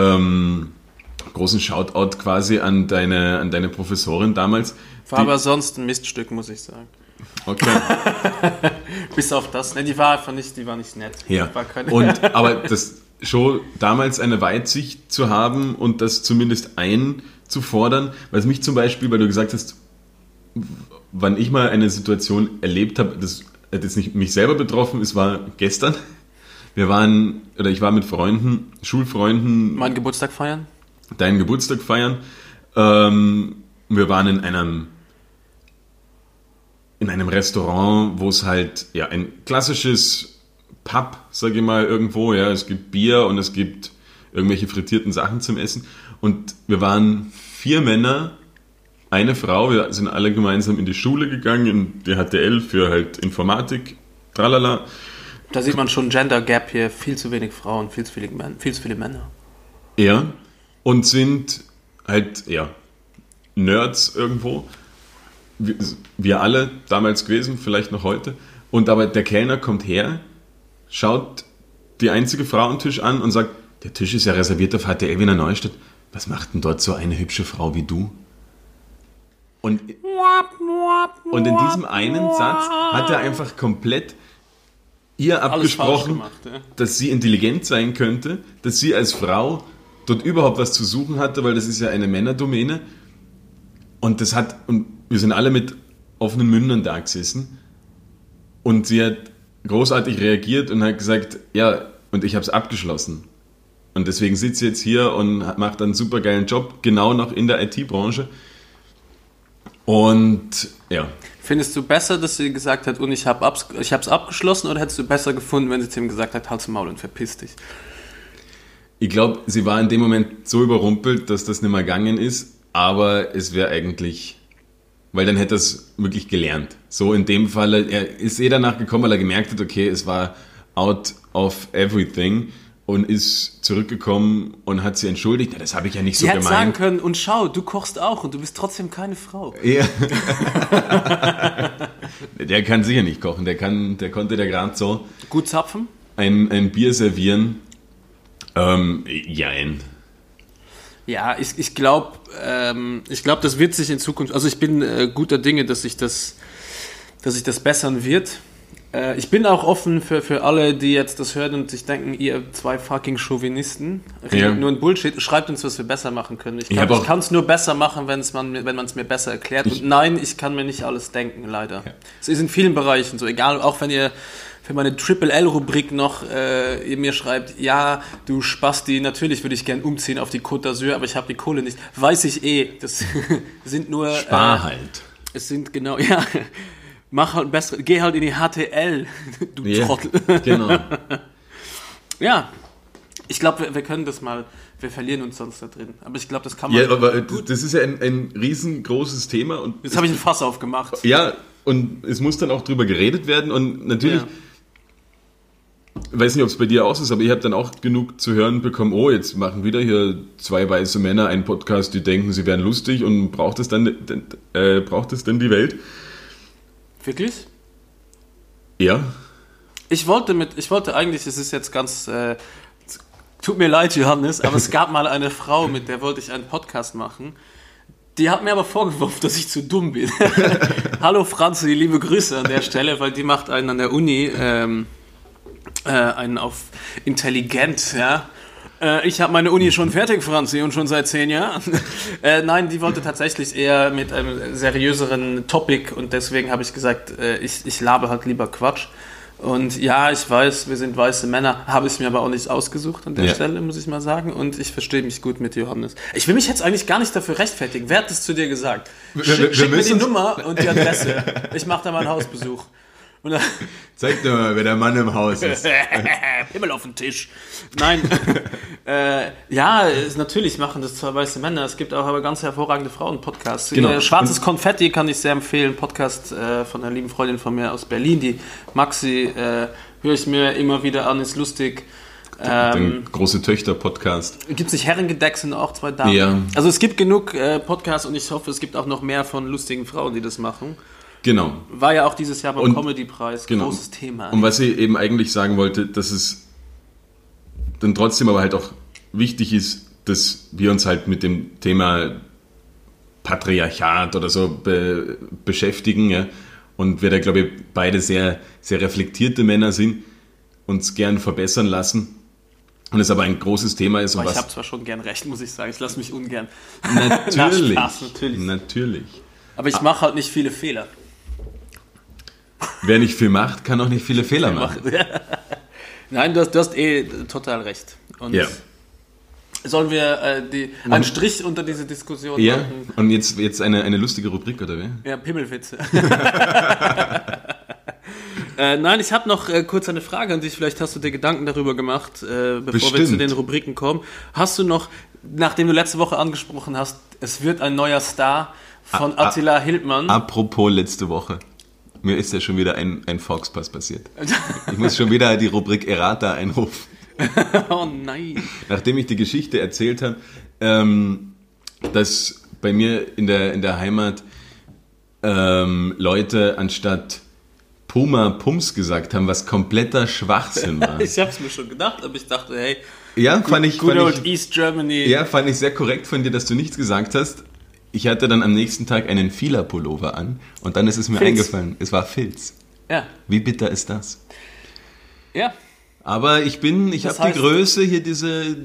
Shoutout quasi an deine Professorin damals. War aber sonst ein Miststück, muss ich sagen. Okay. Bis auf das. Ne, die war nicht nett. Ja. Aber das schon damals eine Weitsicht zu haben und das zumindest einzufordern, was mich zum Beispiel, weil du gesagt hast, wann ich mal eine Situation erlebt habe, das hat jetzt nicht mich selber betroffen, es war gestern. Ich war mit Freunden, Schulfreunden. Meinen Geburtstag feiern? Deinen Geburtstag feiern. Wir waren in einem Restaurant, wo es halt ein klassisches Pub, sage ich mal, irgendwo. Ja, es gibt Bier und es gibt irgendwelche frittierten Sachen zum Essen. Und wir waren 4 Männer, eine Frau. Wir sind alle gemeinsam in die Schule gegangen, in die HTL für halt Informatik, tralala. Da sieht man schon Gender Gap hier, viel zu wenig Frauen, viel zu viele Männer. Ja, und sind halt, Nerds irgendwo. Wir alle damals gewesen, vielleicht noch heute. Und aber der Kellner kommt her, schaut die einzige Frau am Tisch an und sagt, der Tisch ist ja reserviert auf HTL Wiener Neustadt. Was macht denn dort so eine hübsche Frau wie du? Und in diesem einen Satz hat er einfach komplett ihr abgesprochen, dass sie intelligent sein könnte, dass sie als Frau dort überhaupt was zu suchen hatte, weil das ist ja eine Männerdomäne. Und wir sind alle mit offenen Mündern da gesessen. Und sie hat großartig reagiert und hat gesagt, ja, und ich habe es abgeschlossen. Und deswegen sitze ich jetzt hier und macht einen super geilen Job, genau noch in der IT-Branche. Und ja. Findest du besser, dass sie gesagt hat, und ich habe es abgeschlossen, oder hättest du besser gefunden, wenn sie zu ihm gesagt hat, halt's Maul und verpiss dich? Ich glaube, sie war in dem Moment so überrumpelt, dass das nicht mehr gegangen ist, aber es wäre eigentlich, weil dann hätte er es wirklich gelernt. So in dem Fall, er ist danach gekommen, weil er gemerkt hat, okay, es war out of everything und ist zurückgekommen und hat sie entschuldigt. Ja, das habe ich ja nicht so gemeint. Sie hätte sagen können, und schau, du kochst auch und du bist trotzdem keine Frau. Ja. Der kann sicher nicht kochen, der konnte gerade so gut zapfen? Ein Bier servieren. Ja, ich glaube, das wird sich in Zukunft, also ich bin guter Dinge, dass sich das bessern wird. Ich bin auch offen für alle, die jetzt das hören und sich denken, ihr 2 fucking Chauvinisten, redet nur ein Bullshit, schreibt uns, was wir besser machen können. Ich kann es nur besser machen, wenn man es mir besser erklärt. Und nein, ich kann mir nicht alles denken, leider. Ja. Es ist in vielen Bereichen so, egal, auch wenn ihr für meine Triple-L-Rubrik noch ihr mir schreibt, ja, du Spasti, natürlich würde ich gern umziehen auf die Côte d'Azur, aber ich habe die Kohle nicht. Weiß ich das sind nur... Spar halt. Es sind genau, ja... Mach halt besser, geh halt in die HTL, du Trottel. Genau. Ja, ich glaube, wir können das mal, wir verlieren uns sonst da drin. Aber ich glaube, das kann man... Ja, aber gut. Das ist ja ein riesengroßes Thema. Und jetzt habe ich ein Fass aufgemacht. Ja, und es muss dann auch drüber geredet werden. Und natürlich, ich weiß nicht, ob es bei dir auch so ist, aber ich habe dann auch genug zu hören bekommen, oh, jetzt machen wieder hier 2 weiße Männer einen Podcast, die denken, sie wären lustig und braucht es denn die Welt? Wirklich? Ja. Ich wollte eigentlich, es ist jetzt ganz, tut mir leid, Johannes, aber es gab mal eine Frau, mit der wollte ich einen Podcast machen. Die hat mir aber vorgeworfen, dass ich zu dumm bin. Hallo Franzi, liebe Grüße an der Stelle, weil die macht einen an der Uni, einen auf intelligent, ja. Ich habe meine Uni schon fertig, Franzi, und schon seit 10 Jahren. Nein, die wollte tatsächlich eher mit einem seriöseren Topic und deswegen habe ich gesagt, ich labe halt lieber Quatsch. Und ja, ich weiß, wir sind weiße Männer, habe ich mir aber auch nicht ausgesucht an der Stelle, muss ich mal sagen. Und ich verstehe mich gut mit Johannes. Ich will mich jetzt eigentlich gar nicht dafür rechtfertigen. Wer hat das zu dir gesagt? Schick mir die Nummer und die Adresse. Ich mache da mal einen Hausbesuch. Und dann Zeig dir mal, wer der Mann im Haus ist. Himmel auf den Tisch. Nein. Natürlich machen das zwei weiße Männer. Es gibt auch aber ganz hervorragende Frauen-Podcasts. Genau. Schwarzes Konfetti kann ich sehr empfehlen. Podcast von einer lieben Freundin von mir aus Berlin, die Maxi, höre ich mir immer wieder an, ist lustig. Den große Töchter-Podcast. Gibt es nicht Herrengedeck, sind auch 2 Damen. Ja. Also es gibt genug Podcasts und ich hoffe, es gibt auch noch mehr von lustigen Frauen, die das machen. Genau. War ja auch dieses Jahr beim Comedy-Preis großes Thema. Und was ich eben eigentlich sagen wollte, dass es dann trotzdem aber halt auch wichtig ist, dass wir uns halt mit dem Thema Patriarchat oder so beschäftigen. Ja? Und wir da, glaube ich, beide sehr, sehr reflektierte Männer sind, uns gern verbessern lassen. Und es aber ein großes Thema ist. Aber ich habe zwar schon gern recht, muss ich sagen. Ich lasse mich ungern. Natürlich. Na, Spaß, natürlich. Aber ich mache halt nicht viele Fehler. Wer nicht viel macht, kann auch nicht viele Fehler machen. Nein, du hast total recht. Und sollen wir einen Strich unter diese Diskussion machen? Und jetzt eine lustige Rubrik, oder wie? Ja, Pimmelwitze. Nein, ich habe noch kurz eine Frage an dich. Vielleicht hast du dir Gedanken darüber gemacht, bevor wir zu den Rubriken kommen. Hast du noch, nachdem du letzte Woche angesprochen hast, es wird ein neuer Star von Attila Hildmann. Apropos letzte Woche. Mir ist ja schon wieder ein Fauxpass passiert. Ich muss schon wieder die Rubrik Errata einrufen. Oh nein. Nachdem ich die Geschichte erzählt habe, dass bei mir in der Heimat Leute anstatt Puma Pums gesagt haben, was kompletter Schwachsinn war. Ich habe es mir schon gedacht, aber ich dachte, hey, fand ich East Germany. Ja, fand ich sehr korrekt von dir, dass du nichts gesagt hast. Ich hatte dann am nächsten Tag einen Fila-Pullover an und dann ist es mir eingefallen, es war Filz. Ja. Wie bitter ist das? Ja. Aber ich habe die Größe, hier diese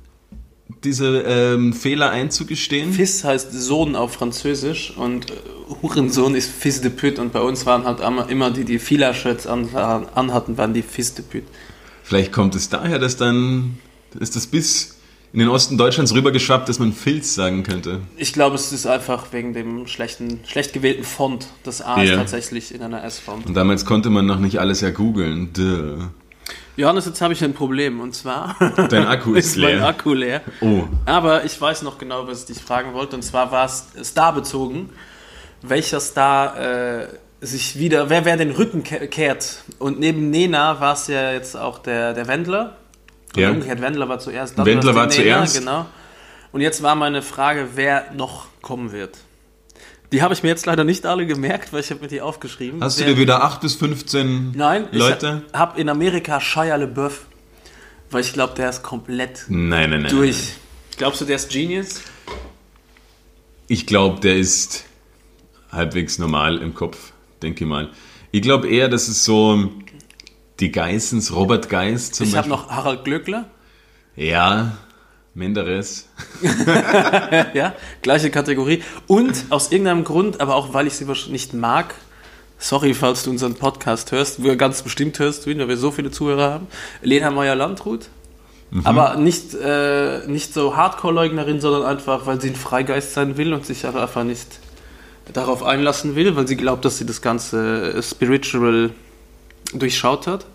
Fehler einzugestehen. Fils heißt Sohn auf Französisch und Hurensohn ist Fils de pute und bei uns waren halt immer die Fila-Shirts anhatten, waren die Fils de pute. Vielleicht kommt es daher, dass das bis in den Osten Deutschlands rübergeschwappt, dass man Filz sagen könnte. Ich glaube, es ist einfach wegen dem schlecht gewählten Font. Das A ist tatsächlich in einer S-Font. Und damals konnte man noch nicht alles ergoogeln. Johannes, jetzt habe ich ein Problem und zwar... Dein Akku ist leer. Mein Akku leer. Oh. Aber ich weiß noch genau, was ich dich fragen wollte. Und zwar war es starbezogen. Welcher Star wer den Rücken kehrt. Und neben Nena war es ja jetzt auch der Wendler. Ja. Umgekehrt, Wendler war zuerst. Wendler war zuerst. Genau. Und jetzt war meine Frage, wer noch kommen wird. Die habe ich mir jetzt leider nicht alle gemerkt, weil ich habe mir die aufgeschrieben. Hast du dir wieder 8 bis 15 Leute? Nein, ich habe in Amerika Shia LaBeouf, weil ich glaube, der ist komplett durch. Nein. Glaubst du, der ist Genius? Ich glaube, der ist halbwegs normal im Kopf, denke ich mal. Ich glaube eher, dass es so die Geissens, Robert Geiss zum Beispiel. Ich habe noch Harald Glöckler. Ja, Menderes. Ja, gleiche Kategorie. Und aus irgendeinem Grund, aber auch weil ich sie nicht mag, sorry, falls du unseren Podcast hörst, ganz bestimmt hörst du ihn, weil wir so viele Zuhörer haben, Lena Meyer-Landrut. Aber nicht so Hardcore-Leugnerin, sondern einfach, weil sie ein Freigeist sein will und sich einfach nicht darauf einlassen will, weil sie glaubt, dass sie das ganze Spiritual durchschaut hat.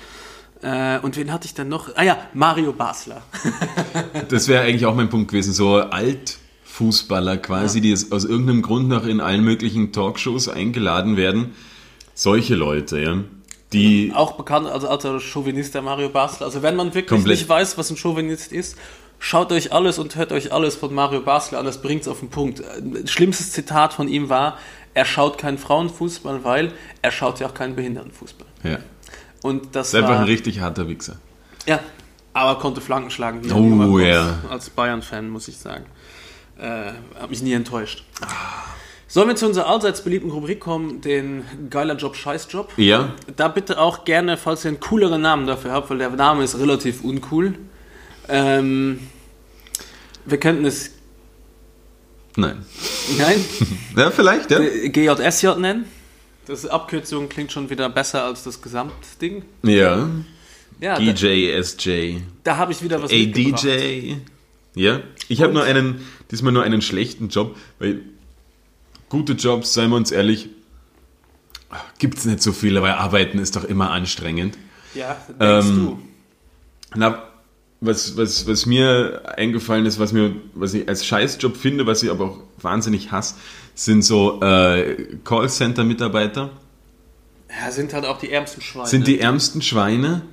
Und wen hatte ich dann noch? Mario Basler. Das wäre eigentlich auch mein Punkt gewesen, so Altfußballer quasi, die aus irgendeinem Grund noch in allen möglichen Talkshows eingeladen werden. Solche Leute, ja. Die auch bekannt als Chauvinist, der Mario Basler. Also wenn man wirklich nicht weiß, was ein Chauvinist ist, schaut euch alles und hört euch alles von Mario Basler an, das bringt es auf den Punkt. Schlimmstes Zitat von ihm war, er schaut keinen Frauenfußball, weil er schaut ja auch keinen Behindertenfußball. Ja. Und das ist einfach ein richtig harter Wichser. Ja, aber konnte Flanken schlagen. Als Bayern-Fan, muss ich sagen. Hat mich nie enttäuscht. Sollen wir zu unserer allseits beliebten Rubrik kommen, den Geiler Job, Scheißjob? Ja. Da bitte auch gerne, falls ihr einen cooleren Namen dafür habt, weil der Name ist relativ uncool. Wir könnten es... Nein. Nein? Ja, vielleicht, ja. GJSJ nennen. Das Abkürzung klingt schon wieder besser als das Gesamtding. Ja. Ja, DJSJ. Da habe ich wieder was mitgebracht. DJ. Ja. Ich habe diesmal nur einen schlechten Job, weil gute Jobs, seien wir uns ehrlich, gibt es nicht so viele, weil Arbeiten ist doch immer anstrengend. Ja, denkst du. Na, was mir eingefallen ist, was ich als Scheißjob finde, was ich aber auch wahnsinnig hasse, sind so Callcenter-Mitarbeiter. Ja, sind halt auch die ärmsten Schweine. Sind die ärmsten Schweine.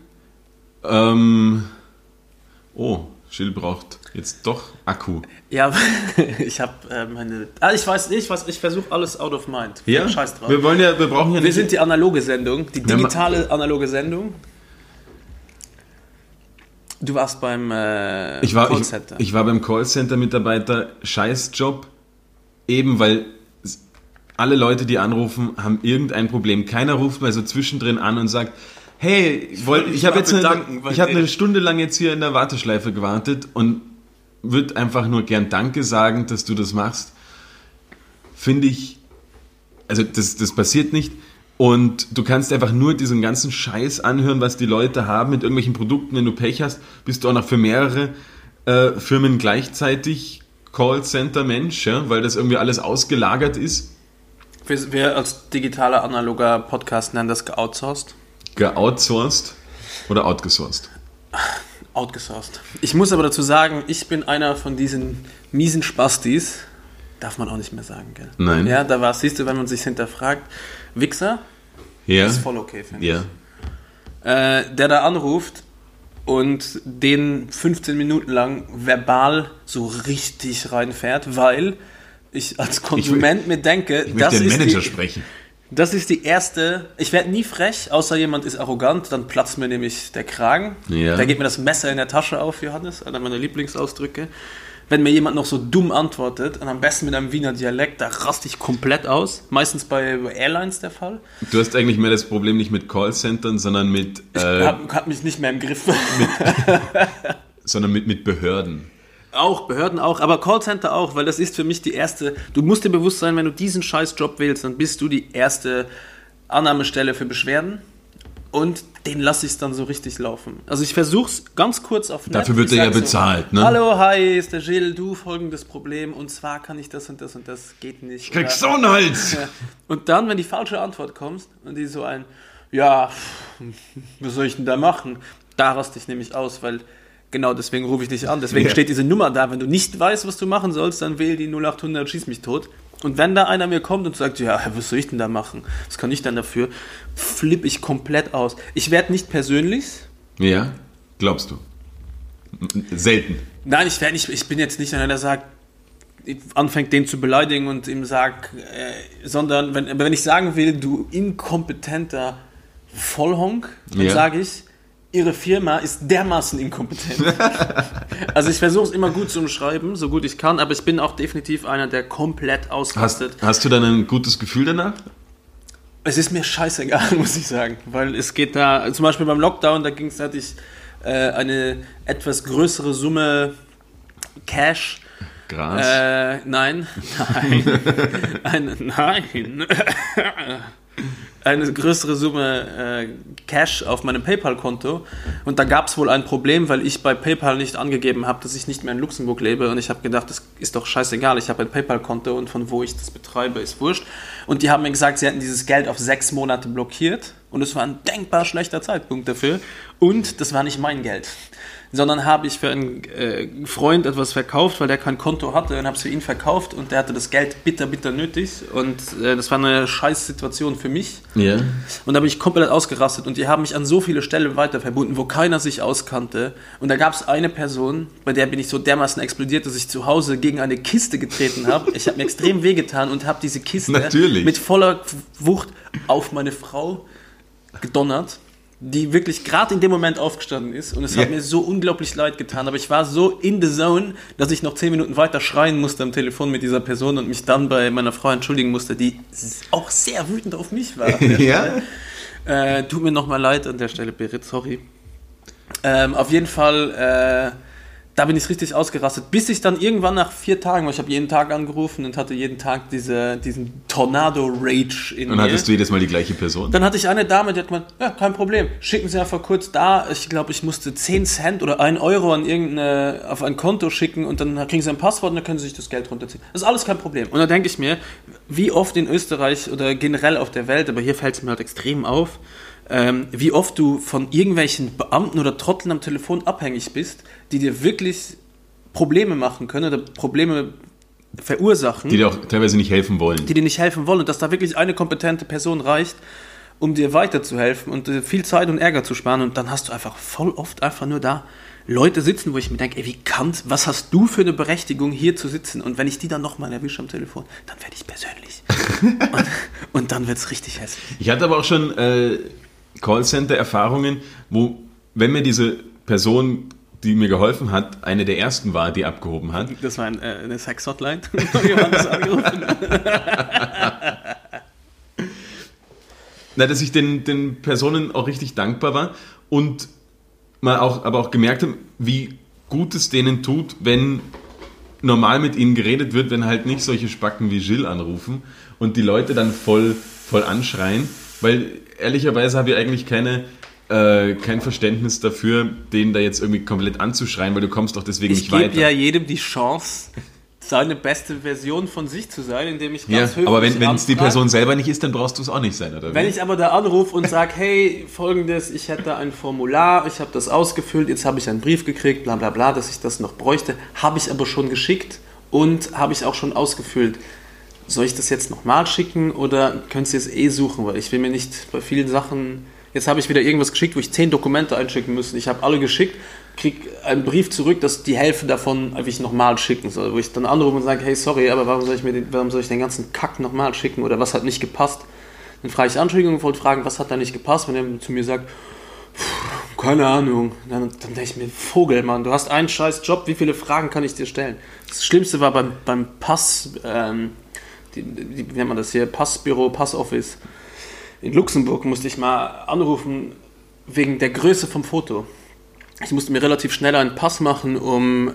Schill braucht jetzt doch Akku. Ja, ich habe ich weiß nicht, ich versuche alles out of mind. Ja, Scheiß drauf. Wir sind die analoge Sendung, die digitale analoge Sendung. Du warst beim Callcenter. Ich war beim Callcenter-Mitarbeiter, Scheißjob, eben weil alle Leute, die anrufen, haben irgendein Problem. Keiner ruft mal so zwischendrin an und sagt, hey, ich habe eine Stunde lang jetzt hier in der Warteschleife gewartet und würde einfach nur gern Danke sagen, dass du das machst. Finde ich, also das passiert nicht. Und du kannst einfach nur diesen ganzen Scheiß anhören, was die Leute haben mit irgendwelchen Produkten. Wenn du Pech hast, bist du auch noch für mehrere Firmen gleichzeitig Callcenter-Mensch, ja, weil das irgendwie alles ausgelagert ist. Wir als digitaler, analoger Podcast nennen das geoutsourced. Geoutsourced oder outgesourced? Outgesourced. Ich muss aber dazu sagen, ich bin einer von diesen miesen Spastis. Darf man auch nicht mehr sagen, gell? Nein. Ja, siehst du, wenn man sich hinterfragt, Wichser, ja. Ist voll okay, finde ja. ich. Der da anruft und den 15 Minuten lang verbal so richtig reinfährt, weil ich als Konsument mir denke, ich möchte den Manager sprechen. Das ist die erste, ich werde nie frech, außer jemand ist arrogant, dann platzt mir nämlich der Kragen. Ja. Da geht mir das Messer in der Tasche auf, Johannes, einer meiner Lieblingsausdrücke. Wenn mir jemand noch so dumm antwortet und am besten mit einem Wiener Dialekt, da raste ich komplett aus. Meistens bei Airlines der Fall. Du hast eigentlich mehr das Problem nicht mit Callcentern, sondern mit... Ich hab mich nicht mehr im Griff. Sondern mit Behörden. Auch, Behörden auch, aber Callcenter auch, weil das ist für mich die erste... Du musst dir bewusst sein, wenn du diesen scheiß Job wählst, dann bist du die erste Annahmestelle für Beschwerden. Und den lasse ich dann so richtig laufen. Also ich versuche es ganz kurz auf nett. Dafür wird er ja bezahlt, ne? Hallo, hi, ist der Gilles, du, folgendes Problem. Und zwar kann ich das und das und das, geht nicht. Ich krieg so einen Hals! Und dann, wenn die falsche Antwort kommt und die so was soll ich denn da machen? Da raste ich nämlich aus, weil genau deswegen rufe ich dich an. Deswegen steht diese Nummer da. Wenn du nicht weißt, was du machen sollst, dann wähl die 0800, schieß mich tot. Und wenn da einer mir kommt und sagt, ja, was soll ich denn da machen? Was kann ich denn dafür? Flippe ich komplett aus. Ich werde nicht persönlich. Ja, glaubst du? Selten. Nein, ich bin jetzt nicht einer, der sagt, anfängt den zu beleidigen und ihm sagt, sondern wenn ich sagen will, du inkompetenter Vollhonk, dann sage ich, Ihre Firma ist dermaßen inkompetent. Also ich versuche es immer gut zu umschreiben, so gut ich kann, aber ich bin auch definitiv einer, der komplett ausrastet. Hast du dann ein gutes Gefühl danach? Es ist mir scheißegal, muss ich sagen, weil es geht da, zum Beispiel beim Lockdown, da hatte ich eine etwas größere Summe Cash. Gras? Nein. Eine größere Summe Cash auf meinem PayPal-Konto und da gab es wohl ein Problem, weil ich bei PayPal nicht angegeben habe, dass ich nicht mehr in Luxemburg lebe und ich habe gedacht, das ist doch scheißegal, ich habe ein PayPal-Konto und von wo ich das betreibe, ist wurscht. Und die haben mir gesagt, sie hätten dieses Geld auf 6 Monate blockiert und es war ein denkbar schlechter Zeitpunkt dafür und das war nicht mein Geld, sondern habe ich für einen Freund etwas verkauft, weil der kein Konto hatte und habe es für ihn verkauft und der hatte das Geld bitter nötig und das war eine scheiß Situation für mich. Yeah. Und da bin ich komplett ausgerastet und die haben mich an so viele Stellen weiter verbunden, wo keiner sich auskannte und da gab es eine Person, bei der bin ich so dermaßen explodiert, dass ich zu Hause gegen eine Kiste getreten habe. Ich habe mir extrem wehgetan und habe diese Kiste mit voller Wucht auf meine Frau gedonnert, die wirklich gerade in dem Moment aufgestanden ist und es hat mir so unglaublich leid getan, aber ich war so in the zone, dass ich noch 10 Minuten weiter schreien musste am Telefon mit dieser Person und mich dann bei meiner Frau entschuldigen musste, die auch sehr wütend auf mich war. Tut mir nochmal leid an der Stelle, Berit, sorry. Auf jeden Fall Da bin ich richtig ausgerastet, bis ich dann irgendwann nach 4 Tagen, weil ich habe jeden Tag angerufen und hatte jeden Tag diesen Tornado-Rage in mir. Und hattest du jedes Mal die gleiche Person? Dann hatte ich eine Dame, die hat gemeint, ja, kein Problem, schicken Sie einfach kurz da, ich glaube, ich musste 10 Cent oder 1 Euro auf ein Konto schicken und dann kriegen Sie ein Passwort und dann können Sie sich das Geld runterziehen. Das ist alles kein Problem. Und dann denke ich mir, wie oft in Österreich oder generell auf der Welt, aber hier fällt es mir halt extrem auf, wie oft du von irgendwelchen Beamten oder Trotteln am Telefon abhängig bist, die dir wirklich Probleme machen können oder Probleme verursachen. Die dir auch teilweise nicht helfen wollen. Die dir nicht helfen wollen und dass da wirklich eine kompetente Person reicht, um dir weiterzuhelfen und dir viel Zeit und Ärger zu sparen und dann hast du einfach voll oft einfach nur da Leute sitzen, wo ich mir denke, ey, was hast du für eine Berechtigung, hier zu sitzen? Und wenn ich die dann nochmal erwische am Telefon, dann werde ich persönlich. und dann wird es richtig hässlich. Ich hatte aber auch schon Callcenter-Erfahrungen, wo, wenn mir diese Person, die mir geholfen hat, eine der ersten war, die abgehoben hat. Das war eine Sex-Hotline. Jemand das angerufen. Na, dass ich den Personen auch richtig dankbar war und aber auch gemerkt habe, wie gut es denen tut, wenn normal mit ihnen geredet wird, wenn halt nicht solche Spacken wie Gilles anrufen und die Leute dann voll anschreien, weil ehrlicherweise habe ich eigentlich kein Verständnis dafür, den da jetzt irgendwie komplett anzuschreien, weil du kommst doch deswegen nicht weiter. Ich gebe ja jedem die Chance, seine beste Version von sich zu sein, indem ich ganz höflich aber wenn es die Person selber nicht ist, dann brauchst du es auch nicht sein, oder? Wenn ich aber da anrufe und sage, hey, folgendes, ich hätte ein Formular, ich habe das ausgefüllt, jetzt habe ich einen Brief gekriegt, bla bla bla, dass ich das noch bräuchte, habe ich aber schon geschickt und habe ich auch schon ausgefüllt. Soll ich das jetzt nochmal schicken oder könnt ihr es suchen? Weil ich will mir nicht bei vielen Sachen... Jetzt habe ich wieder irgendwas geschickt, wo ich 10 Dokumente einschicken müsste. Ich habe alle geschickt, kriege einen Brief zurück, dass die Hälfte davon ich nochmal schicken soll. Wo ich dann anrufe und sage, hey, sorry, aber warum soll ich den ganzen Kack nochmal schicken oder was hat nicht gepasst? Dann frage ich Entschuldigung und wollte fragen, was hat da nicht gepasst? Wenn er zu mir sagt, keine Ahnung, dann denke ich mir, Vogel, Mann, du hast einen scheiß Job, wie viele Fragen kann ich dir stellen? Das Schlimmste war beim Pass, wie nennt man das hier, Passbüro, Passoffice. In Luxemburg musste ich mal anrufen wegen der Größe vom Foto. Ich musste mir relativ schnell einen Pass machen, um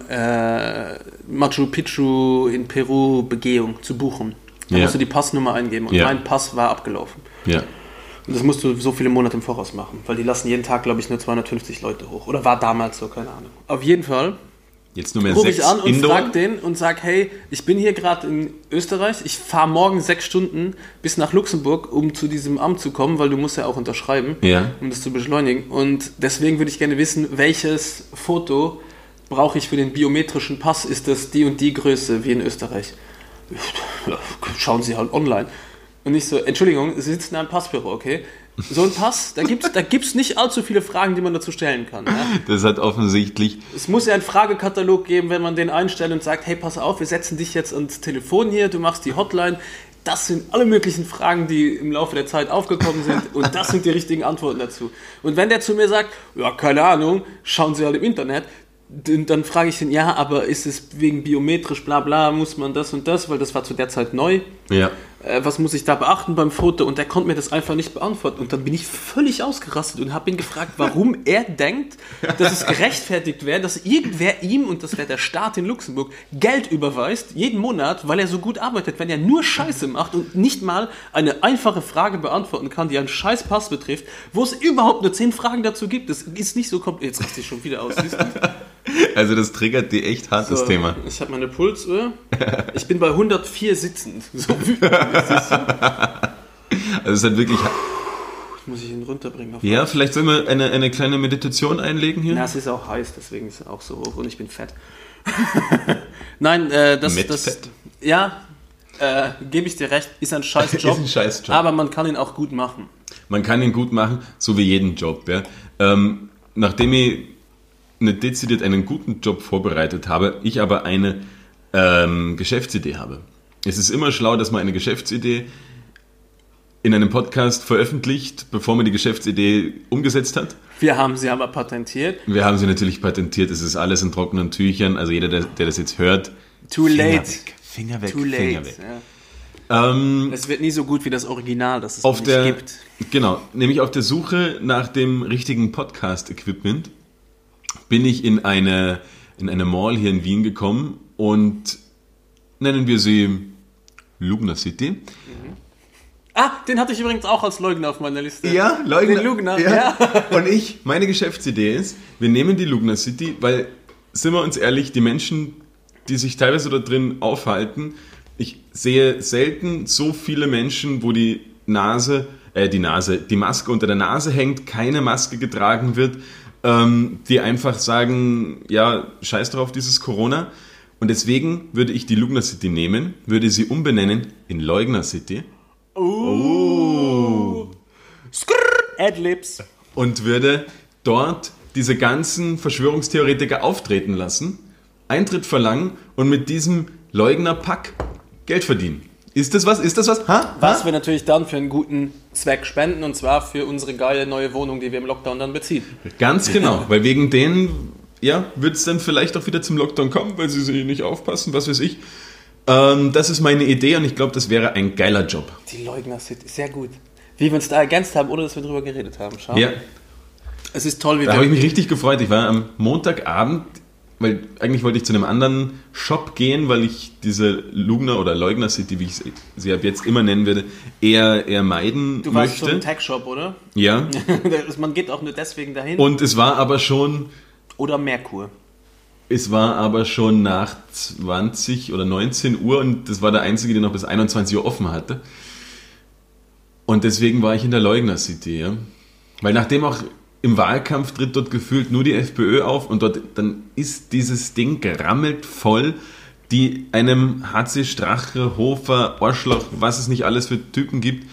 Machu Picchu in Peru Begehung zu buchen. Da musst du die Passnummer eingeben und mein Pass war abgelaufen. Ja. Und das musst du so viele Monate im Voraus machen, weil die lassen jeden Tag, glaube ich, nur 250 Leute hoch. Oder war damals so, keine Ahnung. Auf jeden Fall jetzt nur mehr rufe ich an und frage den und sage, hey, ich bin hier gerade in Österreich, ich fahre morgen 6 Stunden bis nach Luxemburg, um zu diesem Amt zu kommen, weil du musst ja auch unterschreiben, um das zu beschleunigen. Und deswegen würde ich gerne wissen, welches Foto brauche ich für den biometrischen Pass? Ist das die und die Größe wie in Österreich? Ja, schauen Sie halt online. Und ich so, Entschuldigung, Sie sitzen in einem Passbüro, okay? So ein Pass, da gibt's nicht allzu viele Fragen, die man dazu stellen kann. Ja? Das hat offensichtlich... Es muss ja einen Fragekatalog geben, wenn man den einstellt und sagt, hey, pass auf, wir setzen dich jetzt ans Telefon hier, du machst die Hotline. Das sind alle möglichen Fragen, die im Laufe der Zeit aufgekommen sind und das sind die richtigen Antworten dazu. Und wenn der zu mir sagt, ja, keine Ahnung, schauen Sie halt im Internet, dann frage ich ihn, ja, aber ist es wegen biometrisch, bla bla, muss man das und das, weil das war zu der Zeit neu. Ja. Was muss ich da beachten beim Foto? Und der konnte mir das einfach nicht beantworten. Und dann bin ich völlig ausgerastet und habe ihn gefragt, warum er denkt, dass es gerechtfertigt wäre, dass irgendwer ihm, und das wäre der Staat in Luxemburg, Geld überweist, jeden Monat, weil er so gut arbeitet, wenn er nur Scheiße macht und nicht mal eine einfache Frage beantworten kann, die einen scheiß Pass betrifft, wo es überhaupt nur 10 Fragen dazu gibt. Das ist nicht so kompliziert. Jetzt raste ich schon wieder aus, siehst du? Also das triggert dir echt hart, das Thema. Ich habe meine Pulsuhr. Ich bin bei 104 sitzend. So wütend ist es. Also es ist halt wirklich... Muss ich ihn runterbringen? Ja, vielleicht sollen wir eine kleine Meditation einlegen hier? Na, es ist auch heiß, deswegen ist es auch so hoch und ich bin fett. Nein, Fett? Ja, gebe ich dir recht, ist ein scheiß Job. Ist ein scheiß Job. Aber man kann ihn auch gut machen. Man kann ihn gut machen, so wie jeden Job. Ja. Nachdem ich dezidiert einen guten Job vorbereitet habe, ich aber eine Geschäftsidee habe. Es ist immer schlau, dass man eine Geschäftsidee in einem Podcast veröffentlicht, bevor man die Geschäftsidee umgesetzt hat. Wir haben sie aber patentiert. Wir haben sie natürlich patentiert. Es ist alles in trockenen Tüchern. Also jeder, der das jetzt hört, Too late. Finger weg, Too late. Finger weg. Ja. Es wird nie so gut wie das Original, das es nicht gibt. Genau, nämlich auf der Suche nach dem richtigen Podcast-Equipment bin ich in eine in eine Mall hier in Wien gekommen und nennen wir sie Lugner City. Ah, den hatte ich übrigens auch als Leugner auf meiner Liste. Ja, Leugner. Den Lugner, ja. Und meine Geschäftsidee ist, wir nehmen die Lugner City, weil, sind wir uns ehrlich, die Menschen, die sich teilweise da drin aufhalten, ich sehe selten so viele Menschen, wo die Maske unter der Nase hängt, keine Maske getragen wird, die einfach sagen, ja, scheiß drauf, dieses Corona. Und deswegen würde ich die Lugner City nehmen, würde sie umbenennen in Leugner City. Adlibs. Und würde dort diese ganzen Verschwörungstheoretiker auftreten lassen, Eintritt verlangen und mit diesem Leugner-Pack Geld verdienen. Ist das was? Was wir natürlich dann für einen guten Zweck spenden, und zwar für unsere geile neue Wohnung, die wir im Lockdown dann beziehen. Ganz genau, weil wegen denen wird es dann vielleicht auch wieder zum Lockdown kommen, weil sie nicht aufpassen, was weiß ich. Das ist meine Idee und ich glaube, das wäre ein geiler Job. Die Leugner City, sehr gut. Wie wir uns da ergänzt haben, ohne dass wir drüber geredet haben. Schau. Ja. Es ist toll, wie Da habe ich mich richtig gefreut. Ich war am Montagabend, weil eigentlich wollte ich zu einem anderen Shop gehen, weil ich diese Lugner oder Leugner City, wie ich sie ab jetzt immer nennen werde, eher meiden möchte. Du warst schon im Tech-Shop, oder? Ja. Man geht auch nur deswegen dahin. Und es war aber schon... Oder Merkur. Es war aber schon nach 20 oder 19 Uhr und das war der Einzige, der noch bis 21 Uhr offen hatte. Und deswegen war ich in der Leugner City, ja. Weil nachdem auch im Wahlkampf tritt dort gefühlt nur die FPÖ auf und dort dann ist dieses Ding gerammelt voll, die einem HC Strache, Hofer, Arschloch, was es nicht alles für Typen gibt,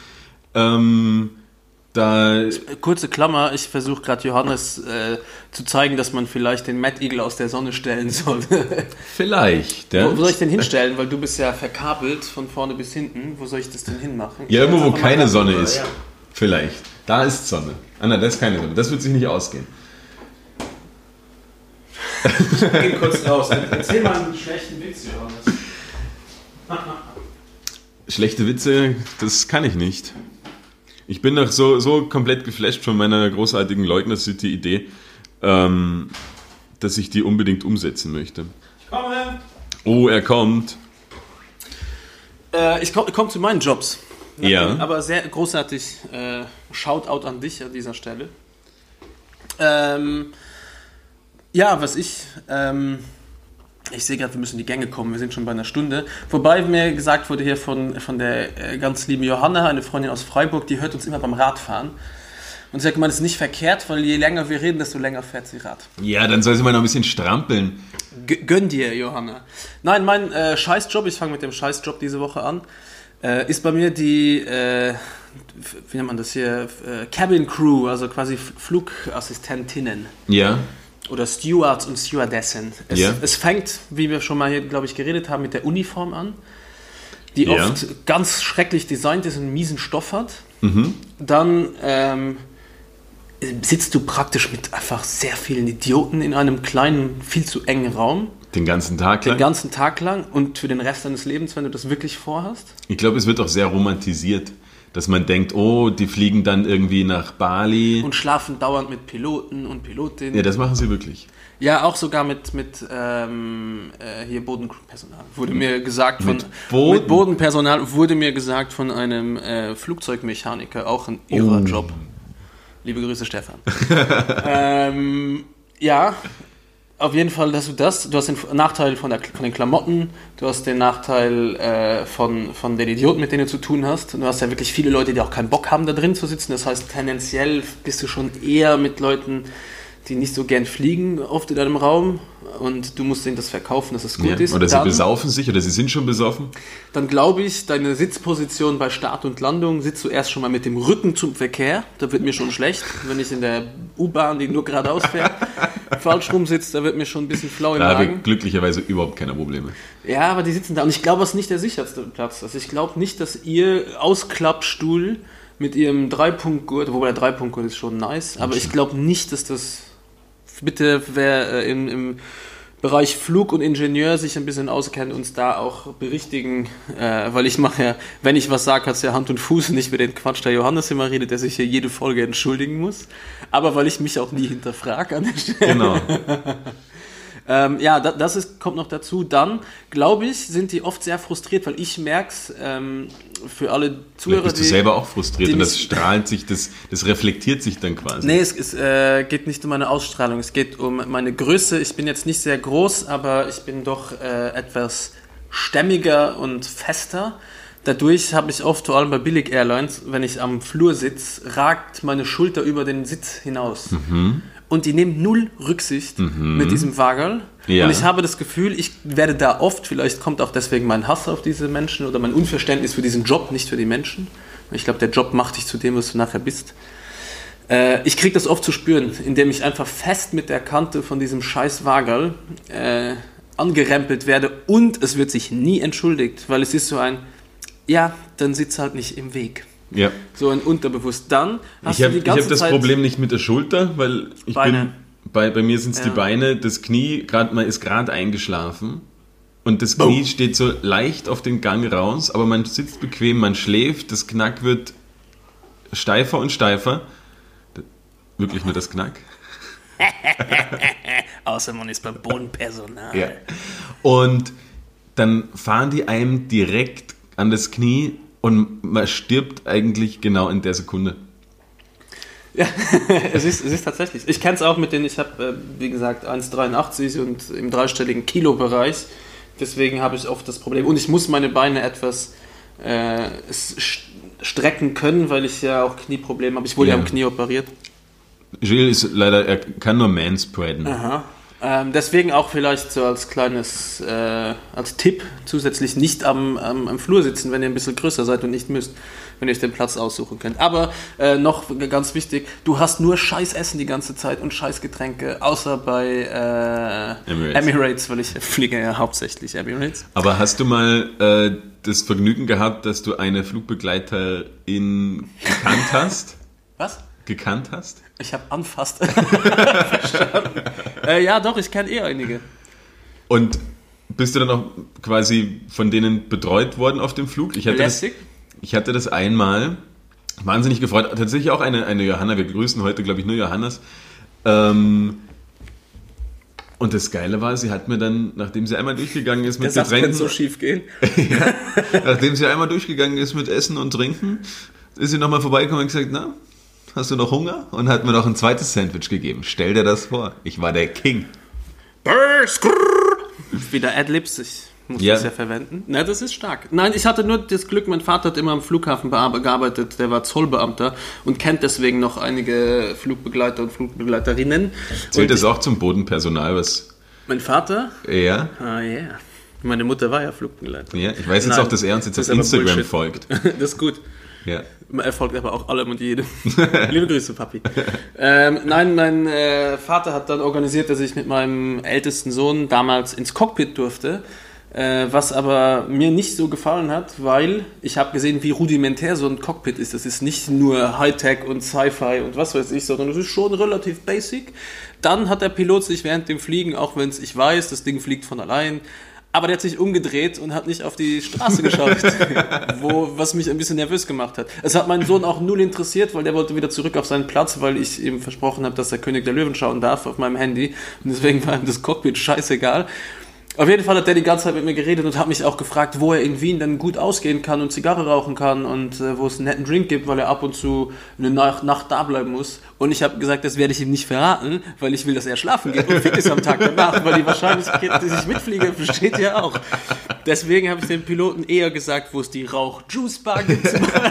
Kurze Klammer, ich versuche gerade Johannes zu zeigen, dass man vielleicht den Mad Eagle aus der Sonne stellen soll. Vielleicht, ja. Wo soll ich den hinstellen? Weil du bist ja verkabelt von vorne bis hinten. Wo soll ich das denn hinmachen? Ja, irgendwo, wo keine Sonne ist. Ja. Vielleicht. Da ist Sonne. Ah nein, da ist keine Sonne. Das wird sich nicht ausgehen. Ich geh kurz raus. Erzähl mal einen schlechten Witz, Johannes. Schlechte Witze, das kann ich nicht. Ich bin noch so komplett geflasht von meiner großartigen Leugner City Idee, dass ich die unbedingt umsetzen möchte. Ich komme! Oh, er kommt. Ich komm zu meinen Jobs. Ja. Aber sehr großartig. Shoutout an dich an dieser Stelle. Was ich sehe gerade, wir müssen in die Gänge kommen, wir sind schon bei einer Stunde. Wobei mir gesagt wurde hier von der ganz lieben Johanna, eine Freundin aus Freiburg, die hört uns immer beim Radfahren. Und sie hat gemeint, es ist nicht verkehrt, weil je länger wir reden, desto länger fährt sie Rad. Ja, dann soll sie mal noch ein bisschen strampeln. Gönn dir, Johanna. Nein, mein Scheißjob, ich fange mit dem Scheißjob diese Woche an, ist bei mir die, wie nennt man das hier, Cabin Crew, also quasi Flugassistentinnen. Ja. Oder Stewards und Stewardessen. Es fängt, wie wir schon mal hier, glaube ich, geredet haben, mit der Uniform an, die oft ganz schrecklich designt ist und einen miesen Stoff hat. Mhm. Dann sitzt du praktisch mit einfach sehr vielen Idioten in einem kleinen, viel zu engen Raum. Den ganzen Tag lang? Den ganzen Tag lang und für den Rest deines Lebens, wenn du das wirklich vorhast. Ich glaube, es wird auch sehr romantisiert, dass man denkt, oh, die fliegen dann irgendwie nach Bali. Und schlafen dauernd mit Piloten und Pilotinnen. Ja, das machen sie wirklich. Ja, auch sogar mit hier Bodenpersonal. Wurde mir gesagt mit Bodenpersonal wurde mir gesagt von einem Flugzeugmechaniker, auch ein irrer Job. Liebe Grüße, Stefan. Auf jeden Fall hast du das. Du hast den Nachteil von den Klamotten, du hast den Nachteil von den Idioten, mit denen du zu tun hast. Und du hast ja wirklich viele Leute, die auch keinen Bock haben, da drin zu sitzen. Das heißt, tendenziell bist du schon eher mit Leuten, die nicht so gern fliegen, oft in deinem Raum. Und du musst denen das verkaufen, dass es gut ist. Oder sie besaufen sich, oder sie sind schon besoffen. Dann glaube ich, deine Sitzposition bei Start und Landung sitzt du erst schon mal mit dem Rücken zum Verkehr. Da wird mir schon schlecht, wenn ich in der U-Bahn, die nur geradeaus fährt, falsch rum sitzt, da wird mir schon ein bisschen flau im Magen. Da habe ich glücklicherweise überhaupt keine Probleme. Ja, aber die sitzen da. Und ich glaube, das ist nicht der sicherste Platz. Also ich glaube nicht, dass ihr Ausklappstuhl mit ihrem 3-Punkt-Gurt, wobei der 3-Punkt-Gurt ist schon nice, aber ich glaube nicht, dass das... Bitte, wer im Bereich Flug und Ingenieur sich ein bisschen auskennt, uns da auch berichtigen, weil ich mache ja, wenn ich was sage, hat es ja Hand und Fuß, nicht wie den Quatsch der Johannes immer redet, der sich hier jede Folge entschuldigen muss, aber weil ich mich auch nie hinterfrage an der Stelle. Genau. Kommt noch dazu. Dann, glaube ich, sind die oft sehr frustriert, weil ich merke es für alle Zuhörer. Vielleicht bist du selber auch frustriert und das strahlt sich, das reflektiert sich dann quasi. Nee, es geht nicht um meine Ausstrahlung, es geht um meine Größe. Ich bin jetzt nicht sehr groß, aber ich bin doch etwas stämmiger und fester. Dadurch habe ich oft, vor allem bei Billig-Airlines, wenn ich am Flur sitze, ragt meine Schulter über den Sitz hinaus. Und die nehmen null Rücksicht mit diesem Wagerl. Ja. Und ich habe das Gefühl, ich werde da oft, vielleicht kommt auch deswegen mein Hass auf diese Menschen oder mein Unverständnis für diesen Job, nicht für die Menschen. Ich glaube, der Job macht dich zu dem, was du nachher bist. Ich kriege das oft zu spüren, indem ich einfach fest mit der Kante von diesem scheiß Wagerl angerempelt werde und es wird sich nie entschuldigt, weil es ist so ein, ja, dann sitzt halt nicht im Weg. Ja. So ein Unterbewusst. Dann hast ich habe das Problem nicht mit der Schulter, weil ich Beine. Bei mir sind es die Beine, das Knie, man ist gerade eingeschlafen und das Knie steht so leicht auf den Gang raus, aber man sitzt bequem, man schläft, das Knack wird steifer und steifer. Wirklich nur das Knack? Außer man ist beim Bodenpersonal. Ja. Und dann fahren die einem direkt an das Knie und man stirbt eigentlich genau in der Sekunde. Ja, es ist tatsächlich. Ich kenne es auch mit denen, ich habe, wie gesagt, 1,83 und im dreistelligen Kilo-Bereich. Deswegen habe ich oft das Problem. Und ich muss meine Beine etwas strecken können, weil ich ja auch Knieprobleme habe. Ich wurde ja am Knie operiert. Gilles ist leider, er kann nur manspreaden. Aha. Deswegen auch vielleicht so als kleines, als Tipp zusätzlich nicht am Flur sitzen, wenn ihr ein bisschen größer seid und nicht müsst, wenn ihr euch den Platz aussuchen könnt. Aber noch ganz wichtig, du hast nur scheiß Essen die ganze Zeit und scheiß Getränke, außer bei Emirates, weil ich fliege ja hauptsächlich Emirates. Aber hast du mal das Vergnügen gehabt, dass du eine Flugbegleiterin gekannt hast? Was? Gekannt hast? Ich habe anfasst verstanden. Ja, doch, ich kenne einige. Und bist du dann auch quasi von denen betreut worden auf dem Flug? Ich hatte das einmal wahnsinnig gefreut. Tatsächlich auch eine Johanna. Wir grüßen heute, glaube ich, nur Johannas. Und das Geile war, sie hat mir dann, nachdem sie einmal durchgegangen ist mit Getränken... so schief gehen. Ja, nachdem sie einmal durchgegangen ist mit Essen und Trinken, ist sie nochmal vorbeigekommen und gesagt, na, hast du noch Hunger? Und hat mir noch ein zweites Sandwich gegeben. Stell dir das vor. Ich war der King. Wieder Adlibs, ich muss das ja verwenden. Na, das ist stark. Nein, ich hatte nur das Glück, mein Vater hat immer am Flughafen gearbeitet, der war Zollbeamter und kennt deswegen noch einige Flugbegleiter und Flugbegleiterinnen. Zählt das auch zum Bodenpersonal, was... Mein Vater? Ja. Ah, ja. Yeah. Meine Mutter war ja Flugbegleiter. Ja, ich weiß jetzt auch, dass er uns jetzt auf Instagram folgt. Das ist gut. Ja. Er folgt aber auch allem und jedem. Liebe Grüße, Papi. Nein, mein Vater hat dann organisiert, dass ich mit meinem ältesten Sohn damals ins Cockpit durfte, was aber mir nicht so gefallen hat, weil ich habe gesehen, wie rudimentär so ein Cockpit ist. Das ist nicht nur Hightech und Sci-Fi und was weiß ich, sondern das ist schon relativ basic. Dann hat der Pilot sich während dem Fliegen, auch wenn ich weiß, das Ding fliegt von allein, aber der hat sich umgedreht und hat nicht auf die Straße geschaut, was mich ein bisschen nervös gemacht hat. Es hat meinen Sohn auch null interessiert, weil der wollte wieder zurück auf seinen Platz, weil ich ihm versprochen habe, dass er König der Löwen schauen darf auf meinem Handy. Und deswegen war ihm das Cockpit scheißegal. Auf jeden Fall hat der die ganze Zeit mit mir geredet und hat mich auch gefragt, wo er in Wien dann gut ausgehen kann und Zigarre rauchen kann und wo es einen netten Drink gibt, weil er ab und zu eine Nacht da bleiben muss. Und ich habe gesagt, das werde ich ihm nicht verraten, weil ich will, dass er schlafen geht und fit ist am Tag danach, weil die Wahrscheinlichkeit, dass ich mitfliege, besteht ja auch. Deswegen habe ich dem Piloten eher gesagt, wo es die Rauch-Juice-Bar gibt.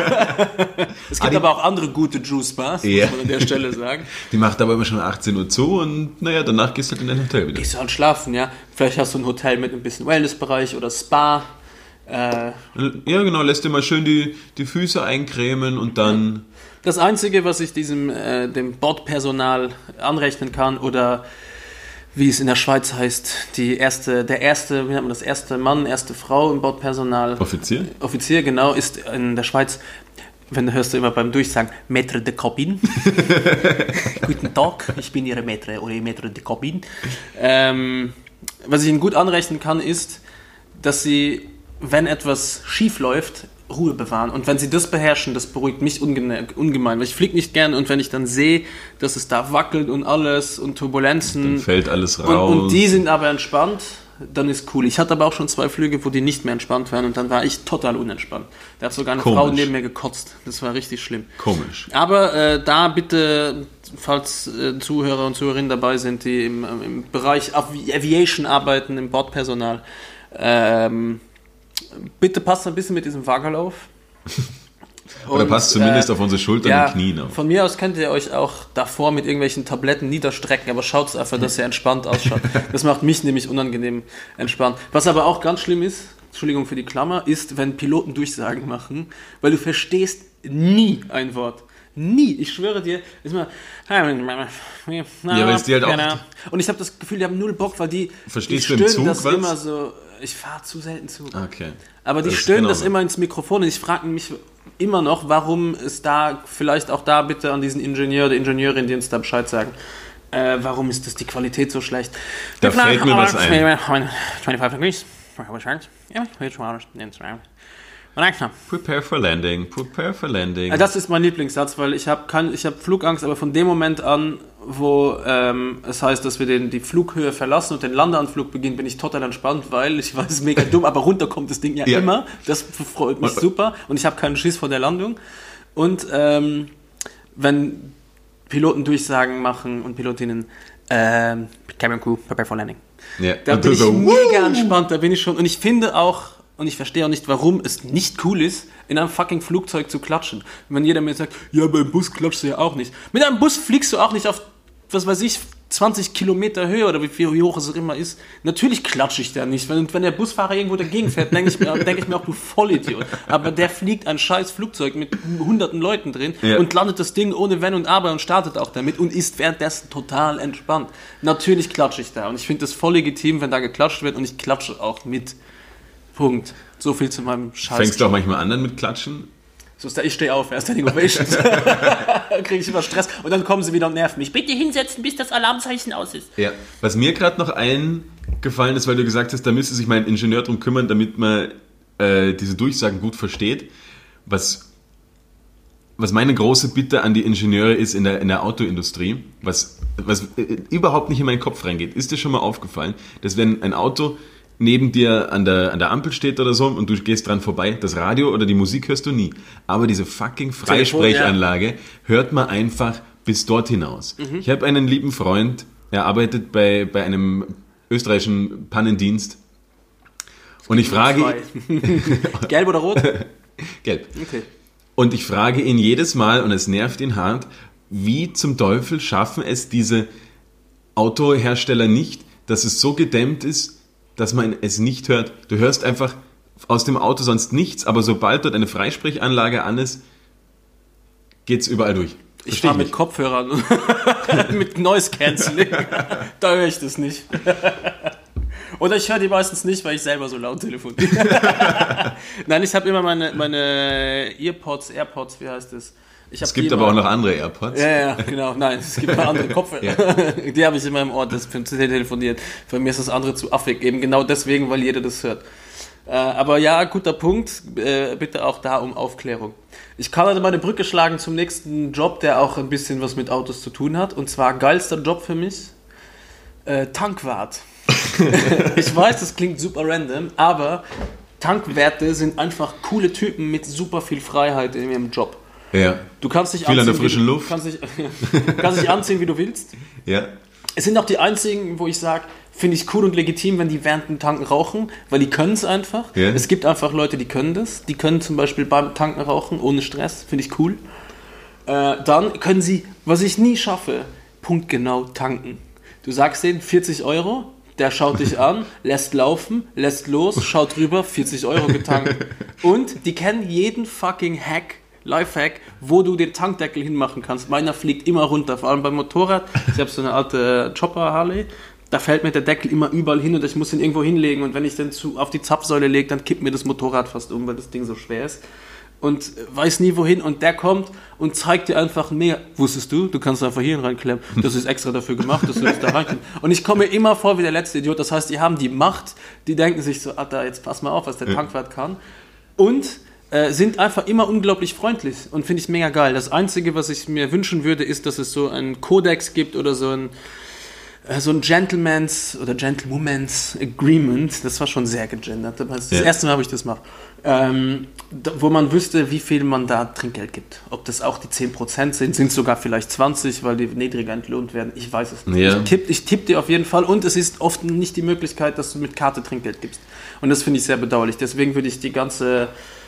Es gibt aber auch andere gute Juice-Bars, muss man an der Stelle sagen. Die macht aber immer schon 18 Uhr zu und naja, danach gehst du halt in dein Hotel wieder. Gehst du halt schlafen, ja. Vielleicht hast du ein Hotel mit ein bisschen Wellnessbereich oder Spa. Ja, genau, lässt dir mal schön die Füße eincremen und dann... Das Einzige, was ich dem Bordpersonal anrechnen kann oder wie es in der Schweiz heißt, wie nennt man das, erste Mann, erste Frau im Bordpersonal. Offizier? Offizier, genau, ist in der Schweiz, hörst du immer beim Durchsagen, Maître de Cabine. Guten Tag, ich bin Ihre Maître oder Maître de Cabine. Was ich Ihnen gut anrechnen kann, ist, dass Sie, wenn etwas schief läuft, Ruhe bewahren. Und wenn sie das beherrschen, das beruhigt mich ungemein. Weil ich fliege nicht gern und wenn ich dann sehe, dass es da wackelt und alles und Turbulenzen. Dann fällt alles raus. Und die sind aber entspannt, dann ist cool. Ich hatte aber auch schon 2 Flüge, wo die nicht mehr entspannt waren und dann war ich total unentspannt. Da hat sogar eine Frau neben mir gekotzt. Das war richtig schlimm. Komisch. Aber da bitte, falls Zuhörer und Zuhörerinnen dabei sind, die im Bereich Aviation arbeiten, im Bordpersonal, bitte passt ein bisschen mit diesem Wackerlauf. Oder passt zumindest auf unsere Schultern und Knien auf. Von mir aus könnt ihr euch auch davor mit irgendwelchen Tabletten niederstrecken, aber schaut einfach, dass ihr entspannt ausschaut. Das macht mich nämlich unangenehm entspannt. Was aber auch ganz schlimm ist, Entschuldigung für die Klammer, ist, wenn Piloten Durchsagen machen, weil du verstehst nie ein Wort. Nie, ich schwöre dir, ist mal. Ja, weil es die halt auch. Und ich habe das Gefühl, die haben null Bock, weil die Verstehst du im Zug das was? immer so. Ich fahre zu selten Zug. Okay. Aber die stöhnen das immer ins Mikrofon und ich frage mich immer noch, warum es da, vielleicht auch da bitte an diesen Ingenieur oder Ingenieurin, die uns da Bescheid sagen, warum ist das die Qualität so schlecht? Da fällt mir was ein. 25 degrees. Prepare for landing, prepare for landing. Das ist mein Lieblingssatz, weil ich hab Flugangst, aber von dem Moment an, wo es heißt, dass wir die Flughöhe verlassen und den Landeanflug beginnen, bin ich total entspannt, weil ich weiß, mega dumm, aber runter kommt das Ding ja immer. Das freut mich super und ich habe keinen Schiss vor der Landung. Und wenn Piloten Durchsagen machen und Pilotinnen, Cabin Crew, prepare for landing. Ja. Da bin ich mega entspannt, da bin ich schon. Und ich finde auch, und ich verstehe auch nicht, warum es nicht cool ist, in einem fucking Flugzeug zu klatschen. Wenn jeder mir sagt, ja, beim Bus klatschst du ja auch nicht. Mit einem Bus fliegst du auch nicht auf, was weiß ich, 20 Kilometer Höhe oder wie hoch es auch immer ist. Natürlich klatsche ich da nicht. Wenn der Busfahrer irgendwo dagegen fährt, denke ich mir auch, du Vollidiot. Aber der fliegt ein scheiß Flugzeug mit hunderten Leuten drin und landet das Ding ohne Wenn und Aber und startet auch damit und ist währenddessen total entspannt. Natürlich klatsche ich da und ich finde das voll legitim, wenn da geklatscht wird und ich klatsche auch mit. Punkt. So viel zu meinem Scheiß. Fängst du auch manchmal an dann mit Klatschen? So ist ich stehe auf, erst Standing Ovation. Dann kriege ich immer Stress und dann kommen sie wieder und nerven mich. Bitte hinsetzen, bis das Alarmzeichen aus ist. Ja. Was mir gerade noch eingefallen ist, weil du gesagt hast, da müsste sich mein Ingenieur drum kümmern, damit man diese Durchsagen gut versteht. Was meine große Bitte an die Ingenieure ist in der Autoindustrie, was überhaupt nicht in meinen Kopf reingeht. Ist dir schon mal aufgefallen, dass wenn ein Auto neben dir an der Ampel steht oder so und du gehst dran vorbei, das Radio oder die Musik hörst du nie. Aber diese fucking Freisprechanlage hört man einfach bis dort hinaus. Mhm. Ich habe einen lieben Freund, er arbeitet bei einem österreichischen Pannendienst und ich frage ihn... Gelb oder rot? Gelb. Okay. Und ich frage ihn jedes Mal, und es nervt ihn hart, wie zum Teufel schaffen es diese Autohersteller nicht, dass es so gedämmt ist, dass man es nicht hört. Du hörst einfach aus dem Auto sonst nichts, aber sobald dort eine Freisprechanlage an ist, geht's überall durch. Ich fahre mit Kopfhörern, mit Noise Cancelling. Da höre ich das nicht. Oder ich höre die meistens nicht, weil ich selber so laut telefoniere. Nein, ich habe immer meine AirPods, wie heißt das? Es gibt aber auch noch andere AirPods. Ja, genau. Nein, es gibt noch andere Kopfhörer. Ja. Die habe ich in meinem Ohr, das für telefoniert. Für mich ist das andere zu affig. Eben genau deswegen, weil jeder das hört. Aber ja, guter Punkt. Bitte auch da um Aufklärung. Ich kann also mal eine Brücke schlagen zum nächsten Job, der auch ein bisschen was mit Autos zu tun hat. Und zwar geilster Job für mich. Tankwart. Ich weiß, das klingt super random, aber Tankwärter sind einfach coole Typen mit super viel Freiheit in ihrem Job. Ja. Du kannst dich viel anziehen, an der frischen Luft. Kannst dich anziehen, wie du willst. Ja. Es sind auch die einzigen, wo ich sage, finde ich cool und legitim, wenn die während dem Tanken rauchen, weil die können es einfach. Ja. Es gibt einfach Leute, die können das. Die können zum Beispiel beim Tanken rauchen, ohne Stress. Finde ich cool. Dann können sie, was ich nie schaffe, punktgenau tanken. Du sagst denen 40 €, der schaut dich an, lässt laufen, lässt los, schaut rüber, 40 € getankt. Und die kennen jeden fucking Lifehack, wo du den Tankdeckel hinmachen kannst. Meiner fliegt immer runter, vor allem beim Motorrad. Ich habe so eine alte Chopper Harley, da fällt mir der Deckel immer überall hin und ich muss ihn irgendwo hinlegen und wenn ich den auf die Zapfsäule lege, dann kippt mir das Motorrad fast um, weil das Ding so schwer ist. Und weiß nie wohin und der kommt und zeigt dir einfach mehr. Wusstest du? Du kannst einfach hier reinklemmen. Das ist extra dafür gemacht, dass du das da reinklemmen. Und ich komme mir immer vor wie der letzte Idiot. Das heißt, die haben die Macht, die denken sich so, Alter, jetzt pass mal auf, was der Tankwart kann. Und sind einfach immer unglaublich freundlich und finde ich mega geil. Das Einzige, was ich mir wünschen würde, ist, dass es so einen Kodex gibt oder so ein Gentleman's oder Gentlewoman's Agreement. Das war schon sehr gegendert. Das erste Mal, wo ich das mache. Wo man wüsste, wie viel man da Trinkgeld gibt. Ob das auch die 10% sind es sogar vielleicht 20, weil die niedriger entlohnt werden. Ich weiß es nicht. Ja. Ich tippe dir auf jeden Fall. Und es ist oft nicht die Möglichkeit, dass du mit Karte Trinkgeld gibst. Und das finde ich sehr bedauerlich. Deswegen würde ich die ganze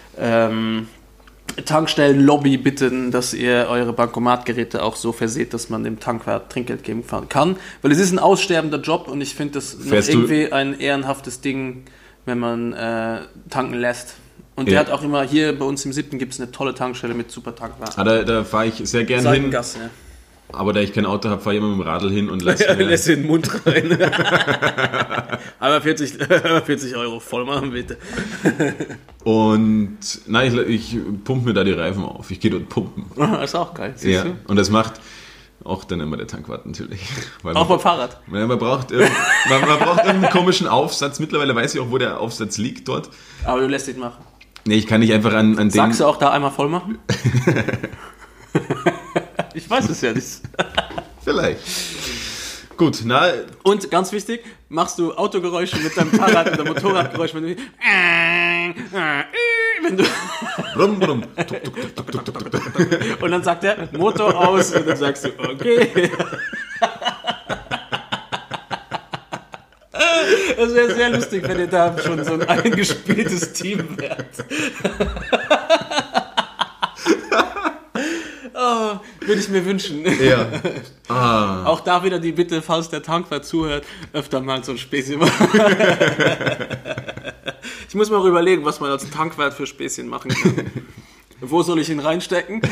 Tankstellen-Lobby bitten, dass ihr eure Bankomatgeräte auch so verseht, dass man dem Tankwart Trinkgeld geben kann. Weil es ist ein aussterbender Job und ich finde das irgendwie ein ehrenhaftes Ding, wenn man tanken lässt. Und der hat auch immer, hier bei uns im 7. gibt es eine tolle Tankstelle mit super Tankwart. Da fahre ich sehr gern hin. Ja. Aber da ich kein Auto habe, fahre ich immer mit dem Radl hin und lasse den Mund rein. Aber 40 Euro voll machen, bitte. Und nein, ich pumpe mir da die Reifen auf. Ich gehe dort pumpen. Das ist auch geil. Ja. Und das macht auch dann immer der Tankwart natürlich. Weil auch beim Fahrrad? Man braucht irgendeinen komischen Aufsatz. Mittlerweile weiß ich auch, wo der Aufsatz liegt dort. Aber du lässt ihn machen. Nee, ich kann nicht einfach an den... Sagst du auch da einmal voll machen? Ich weiß es ja nicht. Vielleicht. Gut, und ganz wichtig, machst du Autogeräusche mit deinem Fahrrad oder Motorradgeräusche, wenn du brumm, brumm. Und dann sagt der Motor aus und dann sagst du, okay. Das wäre sehr lustig, wenn ihr da schon so ein eingespieltes Team wärt. Oh, würde ich mir wünschen. Ja. Auch da wieder die Bitte, falls der Tankwart zuhört, öfter mal so ein Späßchen machen. Ich muss mal überlegen, was man als Tankwart für Späßchen machen kann. Wo soll ich ihn reinstecken?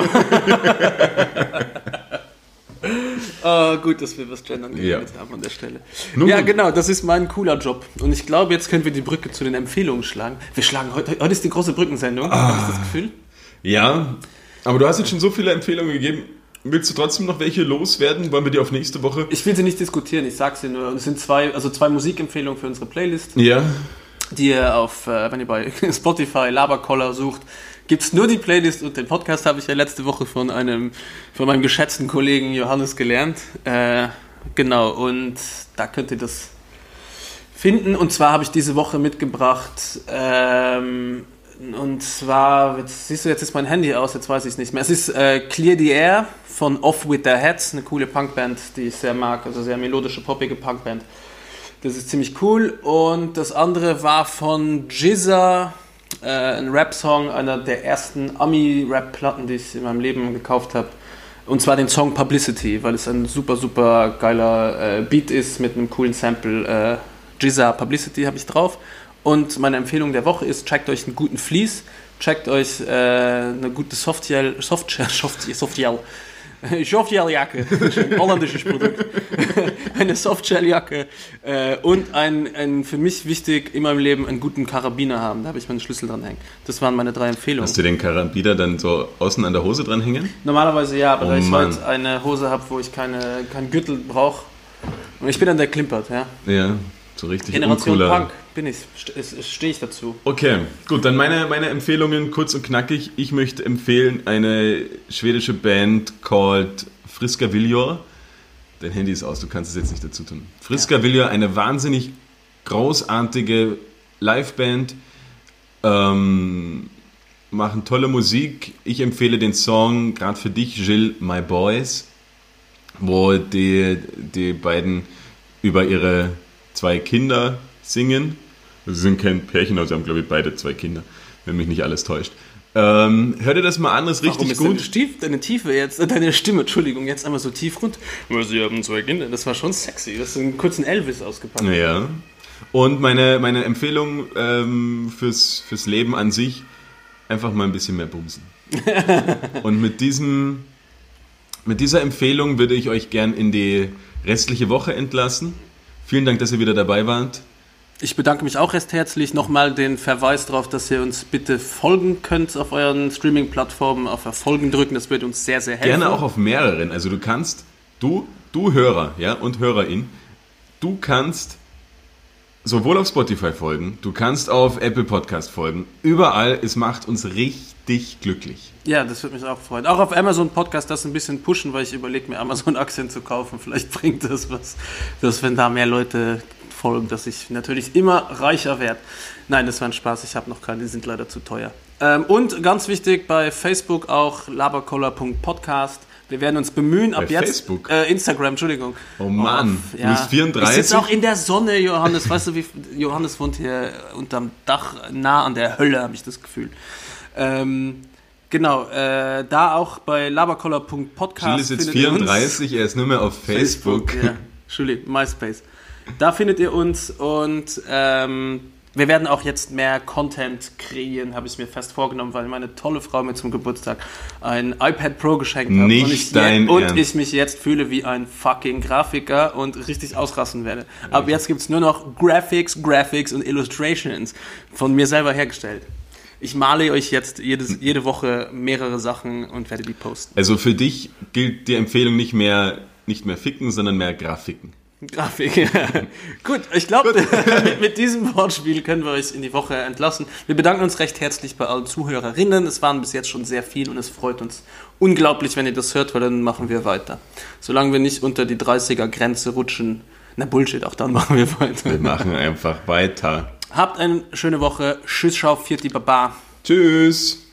Gut, dass wir was gendern geredet haben an der Stelle. Ja, genau, das ist mein cooler Job. Und ich glaube, jetzt können wir die Brücke zu den Empfehlungen schlagen. Heute ist die große Brückensendung, habe ich das Gefühl. Ja, aber du hast jetzt schon so viele Empfehlungen gegeben. Willst du trotzdem noch welche loswerden? Wollen wir die auf nächste Woche? Ich will sie nicht diskutieren, ich sag's dir nur. Es sind zwei Musikempfehlungen für unsere Playlist. Ja. Die ihr wenn ihr bei Spotify Laberkoller sucht, gibt's nur die Playlist und den Podcast habe ich ja letzte Woche von meinem geschätzten Kollegen Johannes gelernt. Genau, und da könnt ihr das finden. Und zwar habe ich diese Woche mitgebracht, und zwar, siehst du, jetzt ist mein Handy aus, jetzt weiß ich es nicht mehr. Es ist Clear the Air von Off With Their Heads, eine coole Punkband, die ich sehr mag, also sehr melodische, poppige Punkband. Das ist ziemlich cool. Und das andere war von Jizza, ein Rap-Song, einer der ersten Ami-Rap-Platten, die ich in meinem Leben gekauft habe. Und zwar den Song Publicity, weil es ein super, super geiler Beat ist mit einem coolen Sample. Jizza Publicity habe ich drauf. Und meine Empfehlung der Woche ist, checkt euch einen guten Fleece, checkt euch eine gute Softgel-Jacke, ein holländisches Produkt, eine Softgel-Jacke und ein für mich wichtig in meinem Leben einen guten Karabiner haben. Da habe ich meinen Schlüssel dran hängen. Das waren meine 3 Empfehlungen. Hast du den Karabiner dann so außen an der Hose dran hängen? Normalerweise ja, aber da ich heute eine Hose habe, wo ich keinen Gürtel brauche. Und ich bin dann der Klimpert, ja. Ja, so richtig Generation uncooler. Punk bin ich, stehe ich dazu. Okay, gut, dann meine Empfehlungen kurz und knackig. Ich möchte empfehlen eine schwedische Band called Friska Viljor. Dein Handy ist aus, du kannst es jetzt nicht dazu tun. Friska Viljor, eine wahnsinnig großartige Liveband, machen tolle Musik. Ich empfehle den Song, gerade für dich, Gilles, My Boys, wo die beiden über ihre 2 Kinder singen. Sie sind kein Pärchen, aber sie haben, glaube ich, beide 2 Kinder, wenn mich nicht alles täuscht. Hör dir das mal an, das ist richtig gut. Deine Tiefe jetzt, deine Stimme, Entschuldigung, jetzt einmal so tief rund. Sie haben 2 Kinder, das war schon sexy. Das ist einen kurzen Elvis ausgepackt. Ja. Und meine Empfehlung fürs Leben an sich, einfach mal ein bisschen mehr bumsen. Und mit dieser Empfehlung würde ich euch gern in die restliche Woche entlassen. Vielen Dank, dass ihr wieder dabei wart. Ich bedanke mich auch recht herzlich. Nochmal den Verweis darauf, dass ihr uns bitte folgen könnt auf euren Streaming-Plattformen, auf Folgen drücken, das würde uns sehr, sehr helfen. Gerne auch auf mehreren. Also du kannst, du Hörer, ja, und Hörerin, du kannst sowohl auf Spotify folgen, du kannst auf Apple Podcast folgen. Überall, es macht uns richtig glücklich. Ja, das würde mich auch freuen. Auch auf Amazon Podcast das ein bisschen pushen, weil ich überlege mir Amazon-Aktien zu kaufen. Vielleicht bringt das was, dass wenn da mehr Leute folgen, dass ich natürlich immer reicher werde. Nein, das war ein Spaß. Ich habe noch keine, die sind leider zu teuer. Und ganz wichtig, bei Facebook auch labercola.podcast. Wir werden uns bemühen, ab jetzt... Facebook? Instagram, Entschuldigung. Oh Mann, du bist 34? Ich sitze auch in der Sonne, Johannes. Weißt du, wie Johannes wohnt hier unterm Dach, nah an der Hölle, habe ich das Gefühl. Genau, da auch bei labercola.podcast. Gilles ist jetzt 34, er ist nur mehr auf Facebook. Ja, Entschuldigung, MySpace. Da findet ihr uns und wir werden auch jetzt mehr Content kreieren, habe ich mir fest vorgenommen, weil meine tolle Frau mir zum Geburtstag ein iPad Pro geschenkt hat. Und ich mich jetzt fühle wie ein fucking Grafiker und richtig ausrasten werde. Aber jetzt gibt es nur noch Graphics und Illustrations von mir selber hergestellt. Ich male euch jetzt jede Woche mehrere Sachen und werde die posten. Also für dich gilt die Empfehlung nicht mehr ficken, sondern mehr Grafiken. Grafik. Gut, ich glaube, mit diesem Wortspiel können wir euch in die Woche entlassen. Wir bedanken uns recht herzlich bei allen Zuhörerinnen. Es waren bis jetzt schon sehr viel und es freut uns unglaublich, wenn ihr das hört, weil dann machen wir weiter. Solange wir nicht unter die 30er-Grenze rutschen, na Bullshit, auch dann machen wir weiter. Wir machen einfach weiter. Habt eine schöne Woche. Tschüss, schau, Vierti, Baba. Tschüss.